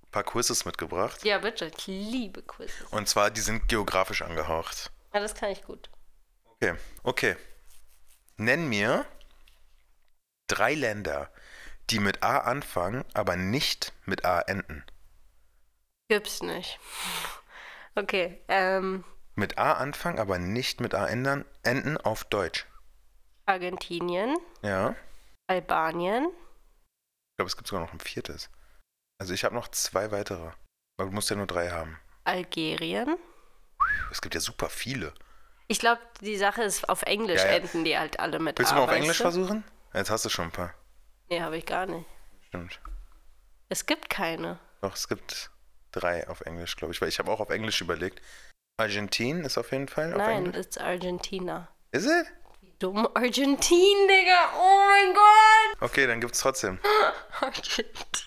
Speaker 1: paar Quizzes mitgebracht.
Speaker 2: Ja, bitte. Ich liebe Quizzes.
Speaker 1: Und zwar, die sind geografisch angehaucht.
Speaker 2: Ja, das kann ich gut.
Speaker 1: Okay. Nenn mir 3 Länder, die mit A anfangen, aber nicht mit A enden.
Speaker 2: Gibt's nicht. Okay,
Speaker 1: Mit A anfangen, aber nicht mit A enden auf Deutsch.
Speaker 2: Argentinien,
Speaker 1: Ja.
Speaker 2: Albanien,
Speaker 1: Ich glaube, es gibt sogar noch ein 4. Also ich habe noch 2 weitere. Aber du musst ja nur 3 haben.
Speaker 2: Algerien.
Speaker 1: Es gibt ja super viele.
Speaker 2: Ich glaube, die Sache ist, auf Englisch
Speaker 1: Ja, ja.
Speaker 2: enden die halt alle mit
Speaker 1: Willst
Speaker 2: A,
Speaker 1: du mal auf
Speaker 2: weißt
Speaker 1: Englisch
Speaker 2: du?
Speaker 1: versuchen? Jetzt hast du schon ein paar.
Speaker 2: Nee, habe ich gar nicht.
Speaker 1: Stimmt.
Speaker 2: Es gibt keine.
Speaker 1: Doch, es gibt 3 auf Englisch, glaube ich. Weil ich habe auch auf Englisch überlegt. Argentin ist auf jeden Fall auf
Speaker 2: Nein,
Speaker 1: Englisch.
Speaker 2: it's Argentina.
Speaker 1: Ist es?
Speaker 2: Dumm Argentin, Digga. Oh mein Gott.
Speaker 1: Okay, dann gibt's trotzdem.
Speaker 2: Argentin.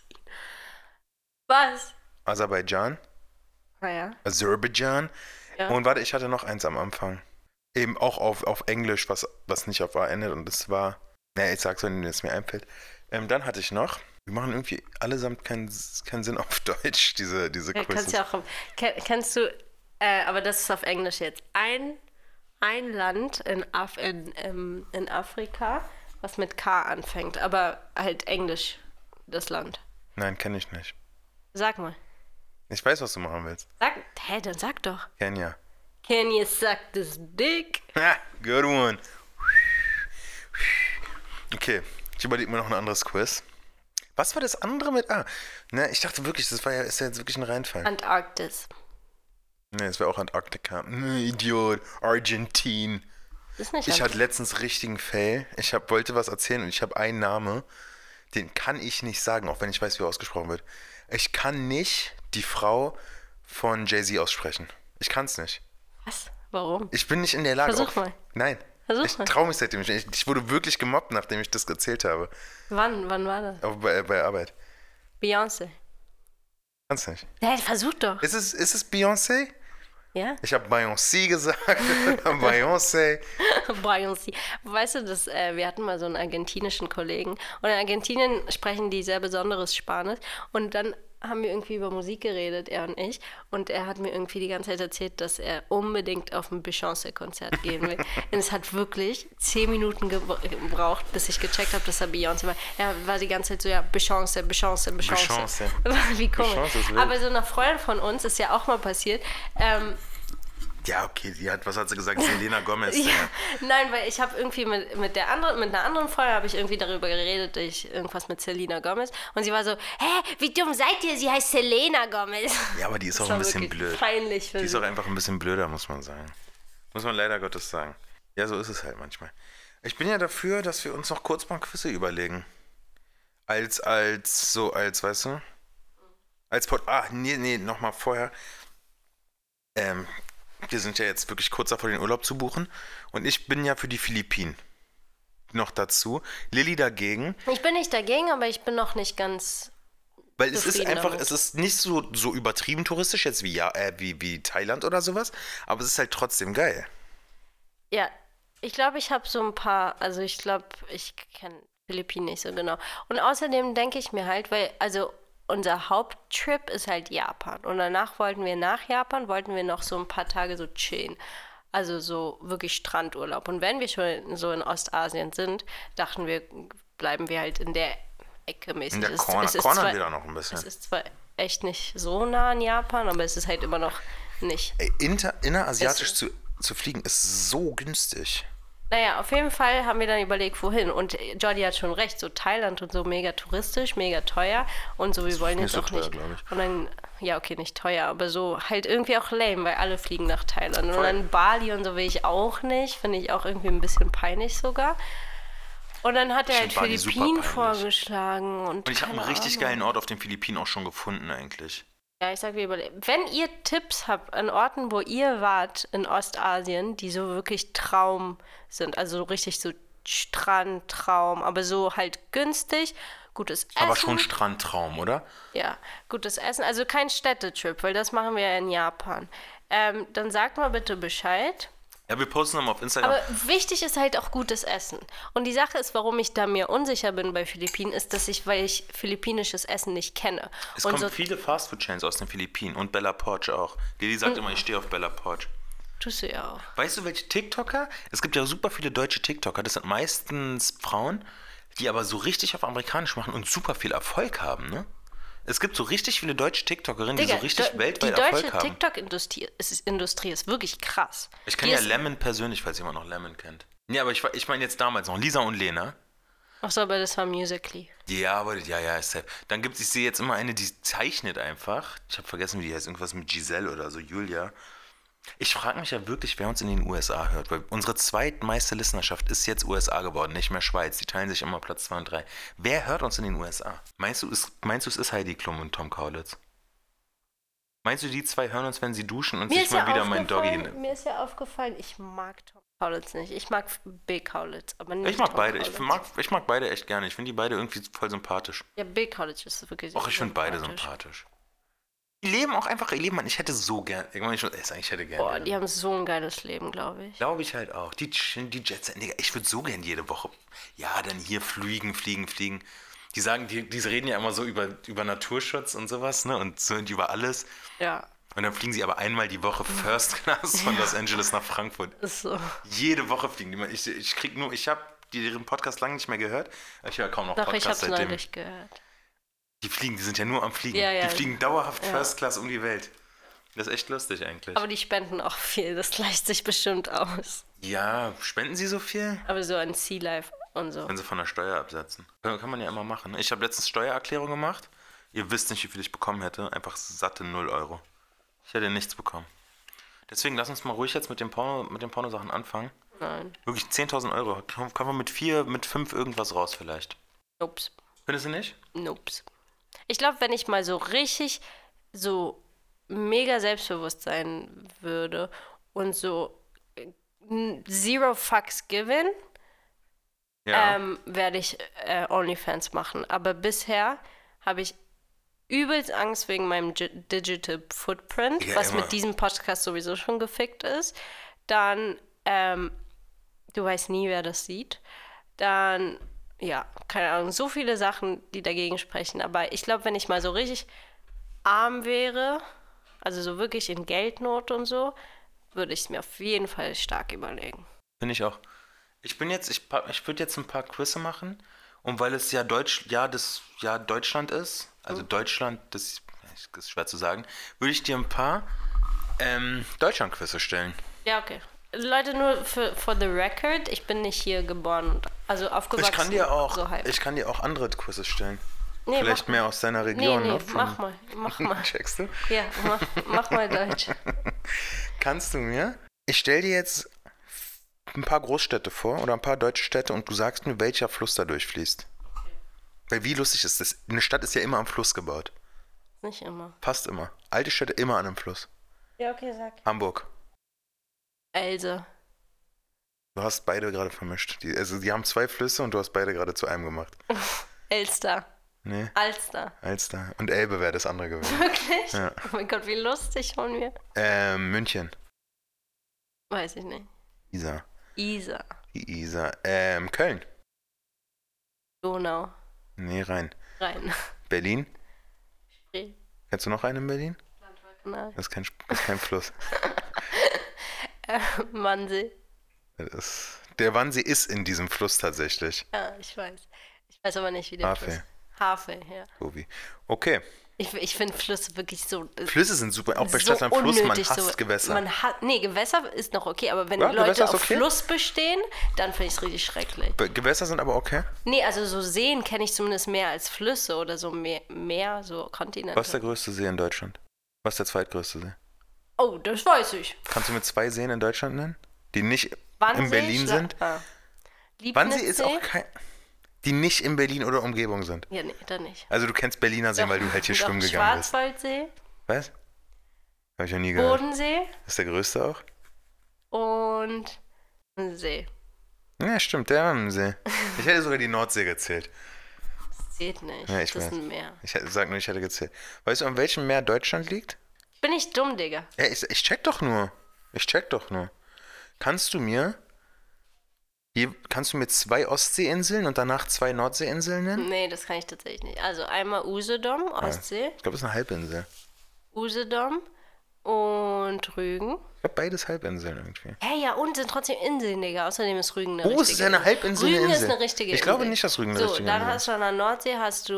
Speaker 2: Was?
Speaker 1: Aserbaidschan,
Speaker 2: Naja.
Speaker 1: Aserbaidschan.
Speaker 2: Ja.
Speaker 1: Und warte, ich hatte noch eins am Anfang. Eben auch auf Englisch, was nicht auf A endet. Und das war. Naja, ich sag's, wenn es mir einfällt. Dann hatte ich noch. Wir machen irgendwie allesamt keinen Sinn auf Deutsch, diese
Speaker 2: Ja,
Speaker 1: Quizzes.
Speaker 2: kannst ja auch. Kennst du. Aber das ist auf Englisch jetzt. Ein Land in Afrika, was mit K anfängt, aber halt Englisch, das Land.
Speaker 1: Nein, kenne ich nicht.
Speaker 2: Sag mal.
Speaker 1: Ich weiß, was du machen willst.
Speaker 2: Dann sag doch.
Speaker 1: Kenia.
Speaker 2: Can you suck this dick?
Speaker 1: Ha, good one. Okay, ich überlege mir noch ein anderes Quiz. Was war das andere mit A? Ne, ich dachte wirklich, ist ja jetzt wirklich ein Reinfall.
Speaker 2: Antarktis.
Speaker 1: Ne, es wäre auch Antarktika. Idiot. Argentin.
Speaker 2: Ist nicht
Speaker 1: Ich hatte
Speaker 2: Antarktis.
Speaker 1: letztens richtigen Fail. Ich wollte was erzählen und ich habe einen Namen, den kann ich nicht sagen, auch wenn ich weiß, wie er ausgesprochen wird. Ich kann nicht die Frau von Jay-Z aussprechen. Ich kann es nicht.
Speaker 2: Was? Warum?
Speaker 1: Ich bin nicht in der Lage.
Speaker 2: Versuch mal.
Speaker 1: Nein.
Speaker 2: Versuch
Speaker 1: Ich
Speaker 2: mal.
Speaker 1: traue mich seitdem nicht. Ich wurde wirklich gemobbt, nachdem ich das erzählt habe.
Speaker 2: Wann war das?
Speaker 1: Auch bei Arbeit.
Speaker 2: Beyoncé.
Speaker 1: Kannst nicht.
Speaker 2: Hey, versuch doch.
Speaker 1: Ist es Beyoncé?
Speaker 2: Ja?
Speaker 1: Ich habe Beyoncé gesagt. Beyoncé.
Speaker 2: Beyoncé. Weißt du, wir hatten mal so einen argentinischen Kollegen und in Argentinien sprechen die sehr besonderes Spanisch und dann haben wir irgendwie über Musik geredet, er und ich, und er hat mir irgendwie die ganze Zeit erzählt, dass er unbedingt auf ein Beyoncé-Konzert gehen will. Und es hat wirklich 10 Minuten gebraucht, bis ich gecheckt habe, dass er Beyoncé war. Er war die ganze Zeit so, ja, Beyoncé.
Speaker 1: Beyoncé.
Speaker 2: Wie komisch.
Speaker 1: Beyoncé ist wild.
Speaker 2: Aber so einer Freundin von uns ist ja auch mal passiert,
Speaker 1: Ja, okay, was hat sie gesagt? Selena Gomez.
Speaker 2: ja,
Speaker 1: Ja.
Speaker 2: nein, weil ich habe irgendwie mit einer anderen Freundin habe ich irgendwie darüber geredet, irgendwas mit Selena Gomez und sie war so, hä, wie dumm seid ihr? Sie heißt Selena Gomez.
Speaker 1: Ja, aber die ist
Speaker 2: Das
Speaker 1: auch
Speaker 2: war
Speaker 1: ein bisschen
Speaker 2: wirklich
Speaker 1: blöd.
Speaker 2: peinlich für
Speaker 1: Die ist
Speaker 2: sie.
Speaker 1: auch einfach ein bisschen blöder, muss man sagen. Muss man leider Gottes sagen. Ja, so ist es halt manchmal. Ich bin ja dafür, dass wir uns noch kurz mal Quizze überlegen. Weißt du? Nee, nochmal vorher. Wir sind ja jetzt wirklich kurz davor, den Urlaub zu buchen. Und ich bin ja für die Philippinen. Noch dazu. Lilly dagegen.
Speaker 2: Ich bin nicht dagegen, aber ich bin noch nicht ganz.
Speaker 1: Weil es ist
Speaker 2: Zufrieden
Speaker 1: einfach,
Speaker 2: damit.
Speaker 1: es ist nicht so übertrieben touristisch jetzt wie Thailand oder sowas. Aber es ist halt trotzdem geil.
Speaker 2: Ja, ich glaube, ich habe so ein paar. Also, ich glaube, ich kenne Philippinen nicht so genau. Und außerdem denke ich mir halt, unser Haupttrip ist halt Japan. Und danach wollten wir noch so ein paar Tage so chillen. Also so wirklich Strandurlaub. Und wenn wir schon so in Ostasien sind, dachten wir, bleiben wir halt in der Ecke mäßig.
Speaker 1: In der
Speaker 2: Es ist
Speaker 1: Corner
Speaker 2: zwar-
Speaker 1: wieder noch ein bisschen.
Speaker 2: Es ist zwar echt nicht so nah an Japan, aber es ist halt immer noch nicht.
Speaker 1: Ey, innerasiatisch zu fliegen ist so günstig.
Speaker 2: Naja, auf jeden Fall haben wir dann überlegt, wohin. Und Jordi hat schon recht, so Thailand und so mega touristisch, mega teuer. Und so, wir wollen
Speaker 1: nicht
Speaker 2: jetzt
Speaker 1: so
Speaker 2: auch
Speaker 1: teuer,
Speaker 2: nicht.
Speaker 1: glaub ich.
Speaker 2: Und dann, ja, okay, nicht teuer, aber so halt irgendwie auch lame, weil alle fliegen nach Thailand. Und
Speaker 1: Voll.
Speaker 2: dann Bali und so will ich auch nicht. Finde ich auch irgendwie ein bisschen peinlich sogar. Und dann hat er halt
Speaker 1: find Bali super
Speaker 2: Philippinen
Speaker 1: peinlich.
Speaker 2: vorgeschlagen. Und
Speaker 1: Und ich habe einen
Speaker 2: keine
Speaker 1: richtig
Speaker 2: Ahnung.
Speaker 1: geilen Ort auf den Philippinen auch schon gefunden eigentlich.
Speaker 2: Ja, ich sag, wir überlegen. Wenn ihr Tipps habt an Orten, wo ihr wart in Ostasien, die so wirklich Traum sind, also so richtig so Strandtraum, aber so halt günstig, gutes Essen.
Speaker 1: Aber schon Strandtraum, oder?
Speaker 2: Ja, gutes Essen, also kein Städtetrip, weil das machen wir ja in Japan. Dann sagt mal bitte Bescheid.
Speaker 1: Ja, wir posten nochmal auf Instagram.
Speaker 2: Aber wichtig ist halt auch gutes Essen. Und die Sache ist, warum ich da mir unsicher bin bei Philippinen, ist, weil ich philippinisches Essen nicht kenne.
Speaker 1: Es kommen viele Fastfood-Chains aus den Philippinen und Bella Porch auch. Die sagt immer, ich stehe auf Bella Porch.
Speaker 2: Tust du ja auch.
Speaker 1: Weißt du, welche TikToker? Es gibt ja super viele deutsche TikToker. Das sind meistens Frauen, die aber so richtig auf amerikanisch machen und super viel Erfolg haben, ne? Es gibt so richtig viele deutsche TikTokerinnen, die so richtig weltweit Erfolg haben.
Speaker 2: Die deutsche TikTok-Industrie ist wirklich krass.
Speaker 1: Ich kenne ja Lemon persönlich, falls jemand noch Lemon kennt. Nee, aber ich meine jetzt damals noch Lisa und Lena.
Speaker 2: Ach so, aber das war Musical.ly.
Speaker 1: Ja, aber ja, ist safe. Dann gibt es, ich sehe jetzt immer eine, die zeichnet einfach. Ich habe vergessen, wie die heißt. Irgendwas mit Giselle oder so, Julia. Ich frage mich ja wirklich, wer uns in den USA hört, weil unsere zweitmeiste Listenerschaft ist jetzt USA geworden, nicht mehr Schweiz. Die teilen sich immer Platz 2 und 3. Wer hört uns in den USA? Meinst du, es ist Heidi Klum und Tom Kaulitz? Meinst du, die zwei hören uns, wenn sie duschen und sich mal wieder mein Doggy...
Speaker 2: Mir ist ja aufgefallen, ich mag Tom Kaulitz nicht. Ich mag Bill Kaulitz, aber nicht
Speaker 1: Ich mag
Speaker 2: Tom
Speaker 1: beide.
Speaker 2: Kaulitz.
Speaker 1: Ich mag beide echt gerne. Ich finde die beide irgendwie voll sympathisch.
Speaker 2: Ja, Bill Kaulitz ist wirklich
Speaker 1: Och, ich finde beide sympathisch. Die leben auch einfach ihr Leben, Mann. Ich hätte so gern. Ich hätte gerne.
Speaker 2: Boah, die haben so ein geiles Leben, glaube ich.
Speaker 1: Glaube ich halt auch. Die Jets, Digga, ich würde so gern jede Woche. Ja, dann hier fliegen. Die sagen, die reden ja immer so über Naturschutz und sowas, ne? Und so über alles.
Speaker 2: Ja.
Speaker 1: Und dann fliegen sie aber einmal die Woche First Class von Los Angeles nach Frankfurt.
Speaker 2: Ist so.
Speaker 1: Jede Woche fliegen die. Ich habe ihren Podcast lange nicht mehr gehört. Ich höre kaum noch Podcasts
Speaker 2: seitdem.
Speaker 1: Doch, ich habe
Speaker 2: es neulich gehört.
Speaker 1: Die sind ja nur am Fliegen.
Speaker 2: Ja.
Speaker 1: Die fliegen dauerhaft First Class um die Welt. Das ist echt lustig eigentlich.
Speaker 2: Aber die spenden auch viel, das gleicht sich bestimmt aus.
Speaker 1: Ja, spenden sie so viel?
Speaker 2: Aber so an Sea Life und so.
Speaker 1: Wenn sie von der Steuer absetzen. Kann man ja immer machen. Ich habe letztens Steuererklärung gemacht. Ihr wisst nicht, wie viel ich bekommen hätte. Einfach satte 0 Euro. Ich hätte nichts bekommen. Deswegen lass uns mal ruhig jetzt mit den Pornosachen anfangen.
Speaker 2: Nein.
Speaker 1: Wirklich 10.000 Euro. Kommen wir mit 5 irgendwas raus vielleicht.
Speaker 2: Nopes.
Speaker 1: Findest du nicht?
Speaker 2: Nopes. Ich glaube, wenn ich mal so richtig so mega selbstbewusst sein würde und so zero fucks given, werde ich OnlyFans machen. Aber bisher habe ich übelst Angst wegen meinem Digital Footprint, was mit diesem Podcast sowieso schon gefickt ist. Dann, du weißt nie, wer das sieht. Dann, ja, keine Ahnung, so viele Sachen, die dagegen sprechen. Aber ich glaube, wenn ich mal so richtig arm wäre, also so wirklich in Geldnot und so, würde ich es mir auf jeden Fall stark überlegen.
Speaker 1: Finde ich auch. Ich würde jetzt ein paar Quizze machen. Und weil es ja Deutschland ist, also Deutschland, das ist schwer zu sagen, würde ich dir ein paar Deutschland-Quizze stellen.
Speaker 2: Ja, okay. Leute, nur for the record, ich bin nicht hier geboren, also aufgewachsen.
Speaker 1: Ich kann dir auch andere Quizze stellen.
Speaker 2: Nee,
Speaker 1: vielleicht mehr aus deiner Region.
Speaker 2: Nee, mach mal.
Speaker 1: Checkst du?
Speaker 2: Ja, mach mal Deutsch.
Speaker 1: Kannst du mir? Ich stell dir jetzt ein paar Großstädte vor oder ein paar deutsche Städte und du sagst mir, welcher Fluss da durchfließt. Okay. Weil wie lustig ist das? Eine Stadt ist ja immer am Fluss gebaut.
Speaker 2: Nicht immer.
Speaker 1: Fast immer. Alte Städte immer an einem Fluss.
Speaker 2: Ja, okay, sag.
Speaker 1: Hamburg.
Speaker 2: Else.
Speaker 1: Du hast beide gerade vermischt. Die haben 2 Flüsse und du hast beide gerade zu einem gemacht.
Speaker 2: Elster.
Speaker 1: Nee.
Speaker 2: Alster.
Speaker 1: Und Elbe wäre das andere gewesen.
Speaker 2: Wirklich?
Speaker 1: Ja.
Speaker 2: Oh mein Gott, wie lustig von mir.
Speaker 1: München.
Speaker 2: Weiß ich nicht.
Speaker 1: Isar. Die Isar. Köln.
Speaker 2: Donau.
Speaker 1: Nee, Rhein. Berlin.
Speaker 2: Spree.
Speaker 1: Kennst du noch einen in Berlin?
Speaker 2: Nein.
Speaker 1: Das ist kein Fluss.
Speaker 2: Wannsee.
Speaker 1: Der Wannsee ist in diesem Fluss tatsächlich.
Speaker 2: Ja, ich weiß. Ich weiß aber nicht, wie der Fluss. Havel, ja.
Speaker 1: Okay.
Speaker 2: Ich finde Flüsse wirklich so...
Speaker 1: Flüsse sind super, auch bei Stadt am Fluss, man hasst Gewässer.
Speaker 2: Gewässer ist noch okay, aber wenn Leute auf Fluss bestehen, dann finde ich es richtig schrecklich.
Speaker 1: Gewässer sind aber okay?
Speaker 2: Nee, also so Seen kenne ich zumindest mehr als Flüsse oder so Meer, so Kontinente.
Speaker 1: Was ist der größte See in Deutschland? Was ist der zweitgrößte See?
Speaker 2: Oh, das weiß ich.
Speaker 1: Kannst du mir 2 Seen in Deutschland nennen, die nicht
Speaker 2: Wannsee,
Speaker 1: in Berlin sind? Wannsee ist auch kein... Die nicht in Berlin oder Umgebung sind.
Speaker 2: Ja, nee, dann nicht.
Speaker 1: Also du kennst Berliner See, weil du halt hier schwimmen gegangen bist.
Speaker 2: Schwarzwaldsee.
Speaker 1: Was? Hab ich ja nie gehört.
Speaker 2: Bodensee.
Speaker 1: Ist der größte auch?
Speaker 2: Und ein See.
Speaker 1: Ja, stimmt, der am See. Ich hätte sogar die Nordsee gezählt.
Speaker 2: Das zählt nicht.
Speaker 1: Ja,
Speaker 2: das ist ein Meer.
Speaker 1: Ich sag nur, ich hätte gezählt. Weißt du, an welchem Meer Deutschland liegt?
Speaker 2: Bin ich dumm, Digga.
Speaker 1: Ja, ich check doch nur. Kannst du mir 2 Ostseeinseln und danach 2 Nordseeinseln nennen?
Speaker 2: Nee, das kann ich tatsächlich nicht. Also einmal Usedom, Ostsee.
Speaker 1: Ich glaube, das ist eine Halbinsel.
Speaker 2: Usedom und Rügen.
Speaker 1: Ich glaube, beides Halbinseln irgendwie.
Speaker 2: Ja, und sind trotzdem Inseln, Digga. Außerdem ist Rügen eine
Speaker 1: Oh, es ist ja eine Halbinsel, eine
Speaker 2: Rügen
Speaker 1: Insel.
Speaker 2: ist eine richtige Insel.
Speaker 1: Ich glaube nicht, dass Rügen eine richtige
Speaker 2: dann
Speaker 1: Insel ist.
Speaker 2: hast du an der Nordsee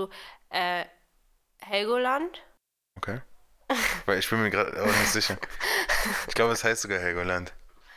Speaker 2: Helgoland.
Speaker 1: Okay. Weil ich bin mir gerade auch nicht sicher. Ich glaube, es heißt sogar Helgoland.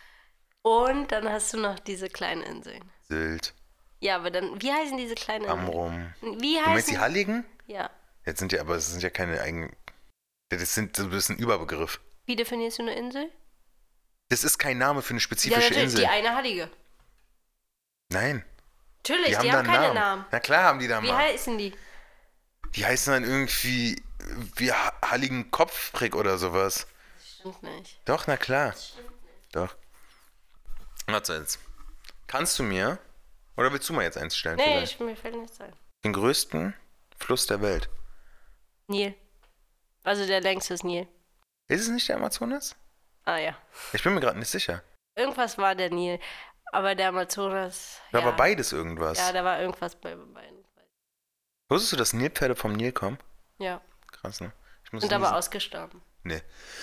Speaker 2: Und dann hast du noch diese kleinen Inseln.
Speaker 1: Sylt,
Speaker 2: Ja, aber dann, wie heißen diese kleinen Inseln?
Speaker 1: Amrum.
Speaker 2: Wie
Speaker 1: Du meinst
Speaker 2: heißen
Speaker 1: die Halligen?
Speaker 2: Ja.
Speaker 1: Jetzt sind ja, aber es sind ja keine eigenen. Das ist ein Überbegriff.
Speaker 2: Wie definierst du eine Insel?
Speaker 1: Das ist kein Name für eine
Speaker 2: Ja,
Speaker 1: spezifische
Speaker 2: natürlich,
Speaker 1: Insel.
Speaker 2: die eine Hallige.
Speaker 1: Nein.
Speaker 2: Natürlich, die
Speaker 1: da
Speaker 2: haben keine
Speaker 1: einen
Speaker 2: Namen.
Speaker 1: Na klar haben die da
Speaker 2: Wie
Speaker 1: mal.
Speaker 2: heißen die?
Speaker 1: Die heißen dann irgendwie wie Halligen Kopfprick oder sowas.
Speaker 2: Stimmt nicht.
Speaker 1: Doch, na klar. Doch. Warte jetzt. Kannst du mir, oder willst du mal jetzt eins stellen?
Speaker 2: Nee,
Speaker 1: vielleicht?
Speaker 2: mir fällt nichts ein.
Speaker 1: Den größten Fluss der Welt.
Speaker 2: Nil. Also der längste ist Nil.
Speaker 1: Ist es nicht der Amazonas?
Speaker 2: Ah ja.
Speaker 1: Ich bin mir gerade nicht sicher.
Speaker 2: Irgendwas war der Nil. Aber der Amazonas.
Speaker 1: Da
Speaker 2: ja.
Speaker 1: war beides irgendwas.
Speaker 2: Ja, da war irgendwas bei beiden.
Speaker 1: Wusstest du, dass Nilpferde vom Nil kommen?
Speaker 2: Ja.
Speaker 1: Krass, ne?
Speaker 2: Sind aber ausgestorben.
Speaker 1: Nee.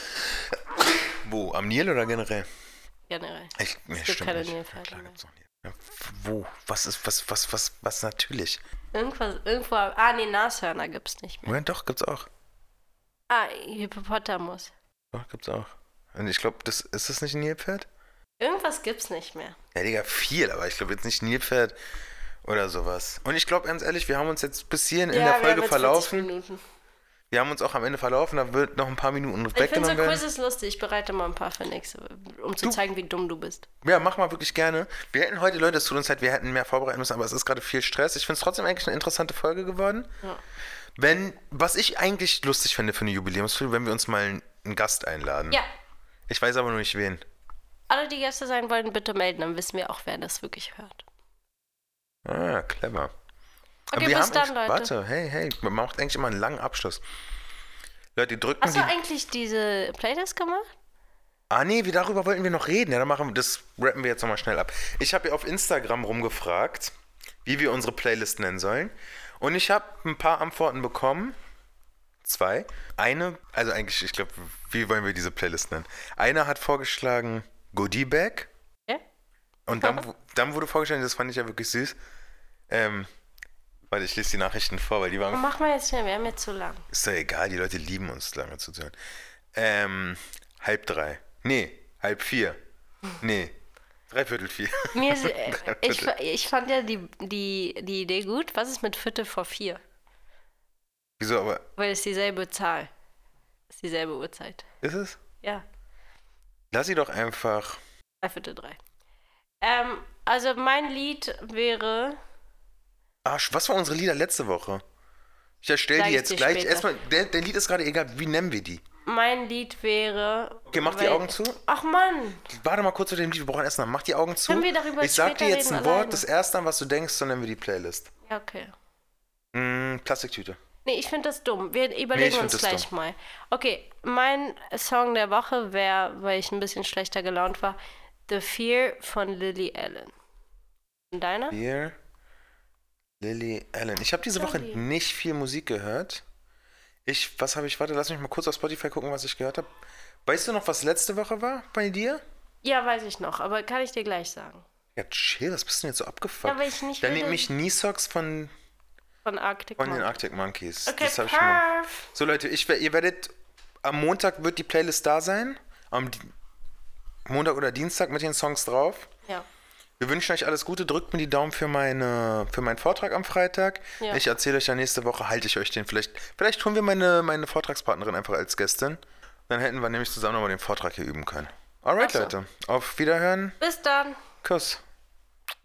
Speaker 1: Wo? Am Nil oder generell?
Speaker 2: Generell.
Speaker 1: Nee,
Speaker 2: Es gibt
Speaker 1: stimmt
Speaker 2: keine
Speaker 1: nicht.
Speaker 2: Nilpferde
Speaker 1: Klar
Speaker 2: mehr.
Speaker 1: gibt's noch Nil. Ja, wo? Was natürlich?
Speaker 2: Irgendwo. Nee, Nashörner gibt's nicht mehr.
Speaker 1: Ja, doch, gibt's auch.
Speaker 2: Hippopotamus.
Speaker 1: Doch, gibt's auch. Und ich glaube, ist das nicht ein Nilpferd?
Speaker 2: Irgendwas gibt's nicht mehr.
Speaker 1: Ja, Digga, viel, aber ich glaube jetzt nicht Nilpferd oder sowas. Und ich glaube, ganz ehrlich, wir haben uns jetzt bis hierhin in der Folge verlaufen.
Speaker 2: Minuten.
Speaker 1: Wir haben uns auch am Ende verlaufen, da wird noch ein paar Minuten
Speaker 2: Ich finde
Speaker 1: weggenommen
Speaker 2: so
Speaker 1: werden.
Speaker 2: Quizzes lustig. Ich bereite mal ein paar für nächste, um zu zeigen, wie dumm du bist.
Speaker 1: Ja, mach mal wirklich gerne. Wir hätten heute, Leute, es tut uns leid, wir hätten mehr vorbereiten müssen, aber es ist gerade viel Stress. Ich finde es trotzdem eigentlich eine interessante Folge geworden.
Speaker 2: Ja.
Speaker 1: Was ich eigentlich lustig fände für eine Jubiläumsfolge, wenn wir uns mal einen Gast einladen.
Speaker 2: Ja.
Speaker 1: Ich weiß aber nur nicht wen.
Speaker 2: Alle, die Gäste sein wollen, bitte melden, dann wissen wir auch, wer das wirklich hört.
Speaker 1: Ah, clever.
Speaker 2: Okay,
Speaker 1: wir
Speaker 2: bis
Speaker 1: haben
Speaker 2: dann, Leute.
Speaker 1: Warte, hey, man macht eigentlich immer einen langen Abschluss. Leute, die drücken
Speaker 2: Hast
Speaker 1: die...
Speaker 2: du eigentlich diese Playlist gemacht?
Speaker 1: Nee, darüber wollten wir noch reden. Ja, das rappen wir jetzt nochmal schnell ab. Ich habe ja auf Instagram rumgefragt, wie wir unsere Playlist nennen sollen. Und ich habe ein paar Antworten bekommen. 2. Eine, also eigentlich, ich glaube, wie wollen wir diese Playlist nennen? Einer hat vorgeschlagen Goodie Bag.
Speaker 2: Ja.
Speaker 1: Und dann wurde vorgeschlagen, das fand ich ja wirklich süß. Warte, ich lese die Nachrichten vor, weil die waren...
Speaker 2: Mach mal jetzt schnell, wir haben jetzt zu lang.
Speaker 1: Ist doch egal, die Leute lieben uns lange zuzuhören. 2:30. Nee, 3:30. Nee, 3:45.
Speaker 2: Ich fand ja die Idee gut. Was ist mit 4:45?
Speaker 1: Wieso, aber...
Speaker 2: Weil es dieselbe Zahl. Ist dieselbe Uhrzeit.
Speaker 1: Ist es?
Speaker 2: Ja,
Speaker 1: Lass sie doch einfach...
Speaker 2: 3:45. Also mein Lied wäre...
Speaker 1: Was waren unsere Lieder letzte Woche? Ich erstelle
Speaker 2: Sag
Speaker 1: die
Speaker 2: ich
Speaker 1: jetzt
Speaker 2: dir
Speaker 1: gleich.
Speaker 2: später.
Speaker 1: Erstmal, der Lied ist gerade egal. Wie nennen wir die?
Speaker 2: Mein Lied wäre...
Speaker 1: Okay, mach die Augen zu.
Speaker 2: Ach Mann!
Speaker 1: Warte mal kurz zu dem Lied. Wir brauchen erst noch. Mach die Augen zu.
Speaker 2: Können wir darüber
Speaker 1: Ich sag dir
Speaker 2: später
Speaker 1: jetzt ein
Speaker 2: reden,
Speaker 1: Wort,
Speaker 2: alleine?
Speaker 1: das erste, an was du denkst, dann nennen wir die Playlist.
Speaker 2: Ja, okay.
Speaker 1: Plastiktüte.
Speaker 2: Nee, ich finde das dumm. Wir überlegen
Speaker 1: ich
Speaker 2: uns
Speaker 1: find das
Speaker 2: gleich
Speaker 1: dumm.
Speaker 2: mal. Okay, mein Song der Woche wäre, weil ich ein bisschen schlechter gelaunt war, The Fear von Lily Allen. Und deiner?
Speaker 1: Hier. Lily Allen. Ich habe diese Woche
Speaker 2: Lily.
Speaker 1: nicht viel Musik gehört. Was habe ich? Warte, lass mich mal kurz auf Spotify gucken, was ich gehört habe. Weißt du noch, was letzte Woche war bei dir?
Speaker 2: Ja, weiß ich noch, aber kann ich dir gleich sagen.
Speaker 1: Ja, chill, was bist du denn jetzt so abgefuckt?
Speaker 2: Ja, weil ich nicht
Speaker 1: Dann
Speaker 2: will,
Speaker 1: nehme ich Nisox von
Speaker 2: Von Arctic
Speaker 1: den
Speaker 2: Monkeys.
Speaker 1: Arctic Monkeys.
Speaker 2: Okay,
Speaker 1: Das hab ich schon mal.
Speaker 2: perf.
Speaker 1: So Leute, ihr werdet, am Montag wird die Playlist da sein. Am Montag oder Dienstag mit den Songs drauf.
Speaker 2: Ja.
Speaker 1: Wir wünschen euch alles Gute, drückt mir die Daumen für meinen Vortrag am Freitag.
Speaker 2: Ja.
Speaker 1: Ich erzähle euch ja nächste Woche, halte ich euch den vielleicht holen wir meine Vortragspartnerin einfach als Gästin. Dann hätten wir nämlich zusammen nochmal den Vortrag hier üben können. Alright,
Speaker 2: Ach so.
Speaker 1: Leute, auf Wiederhören,
Speaker 2: Bis dann.
Speaker 1: Kuss.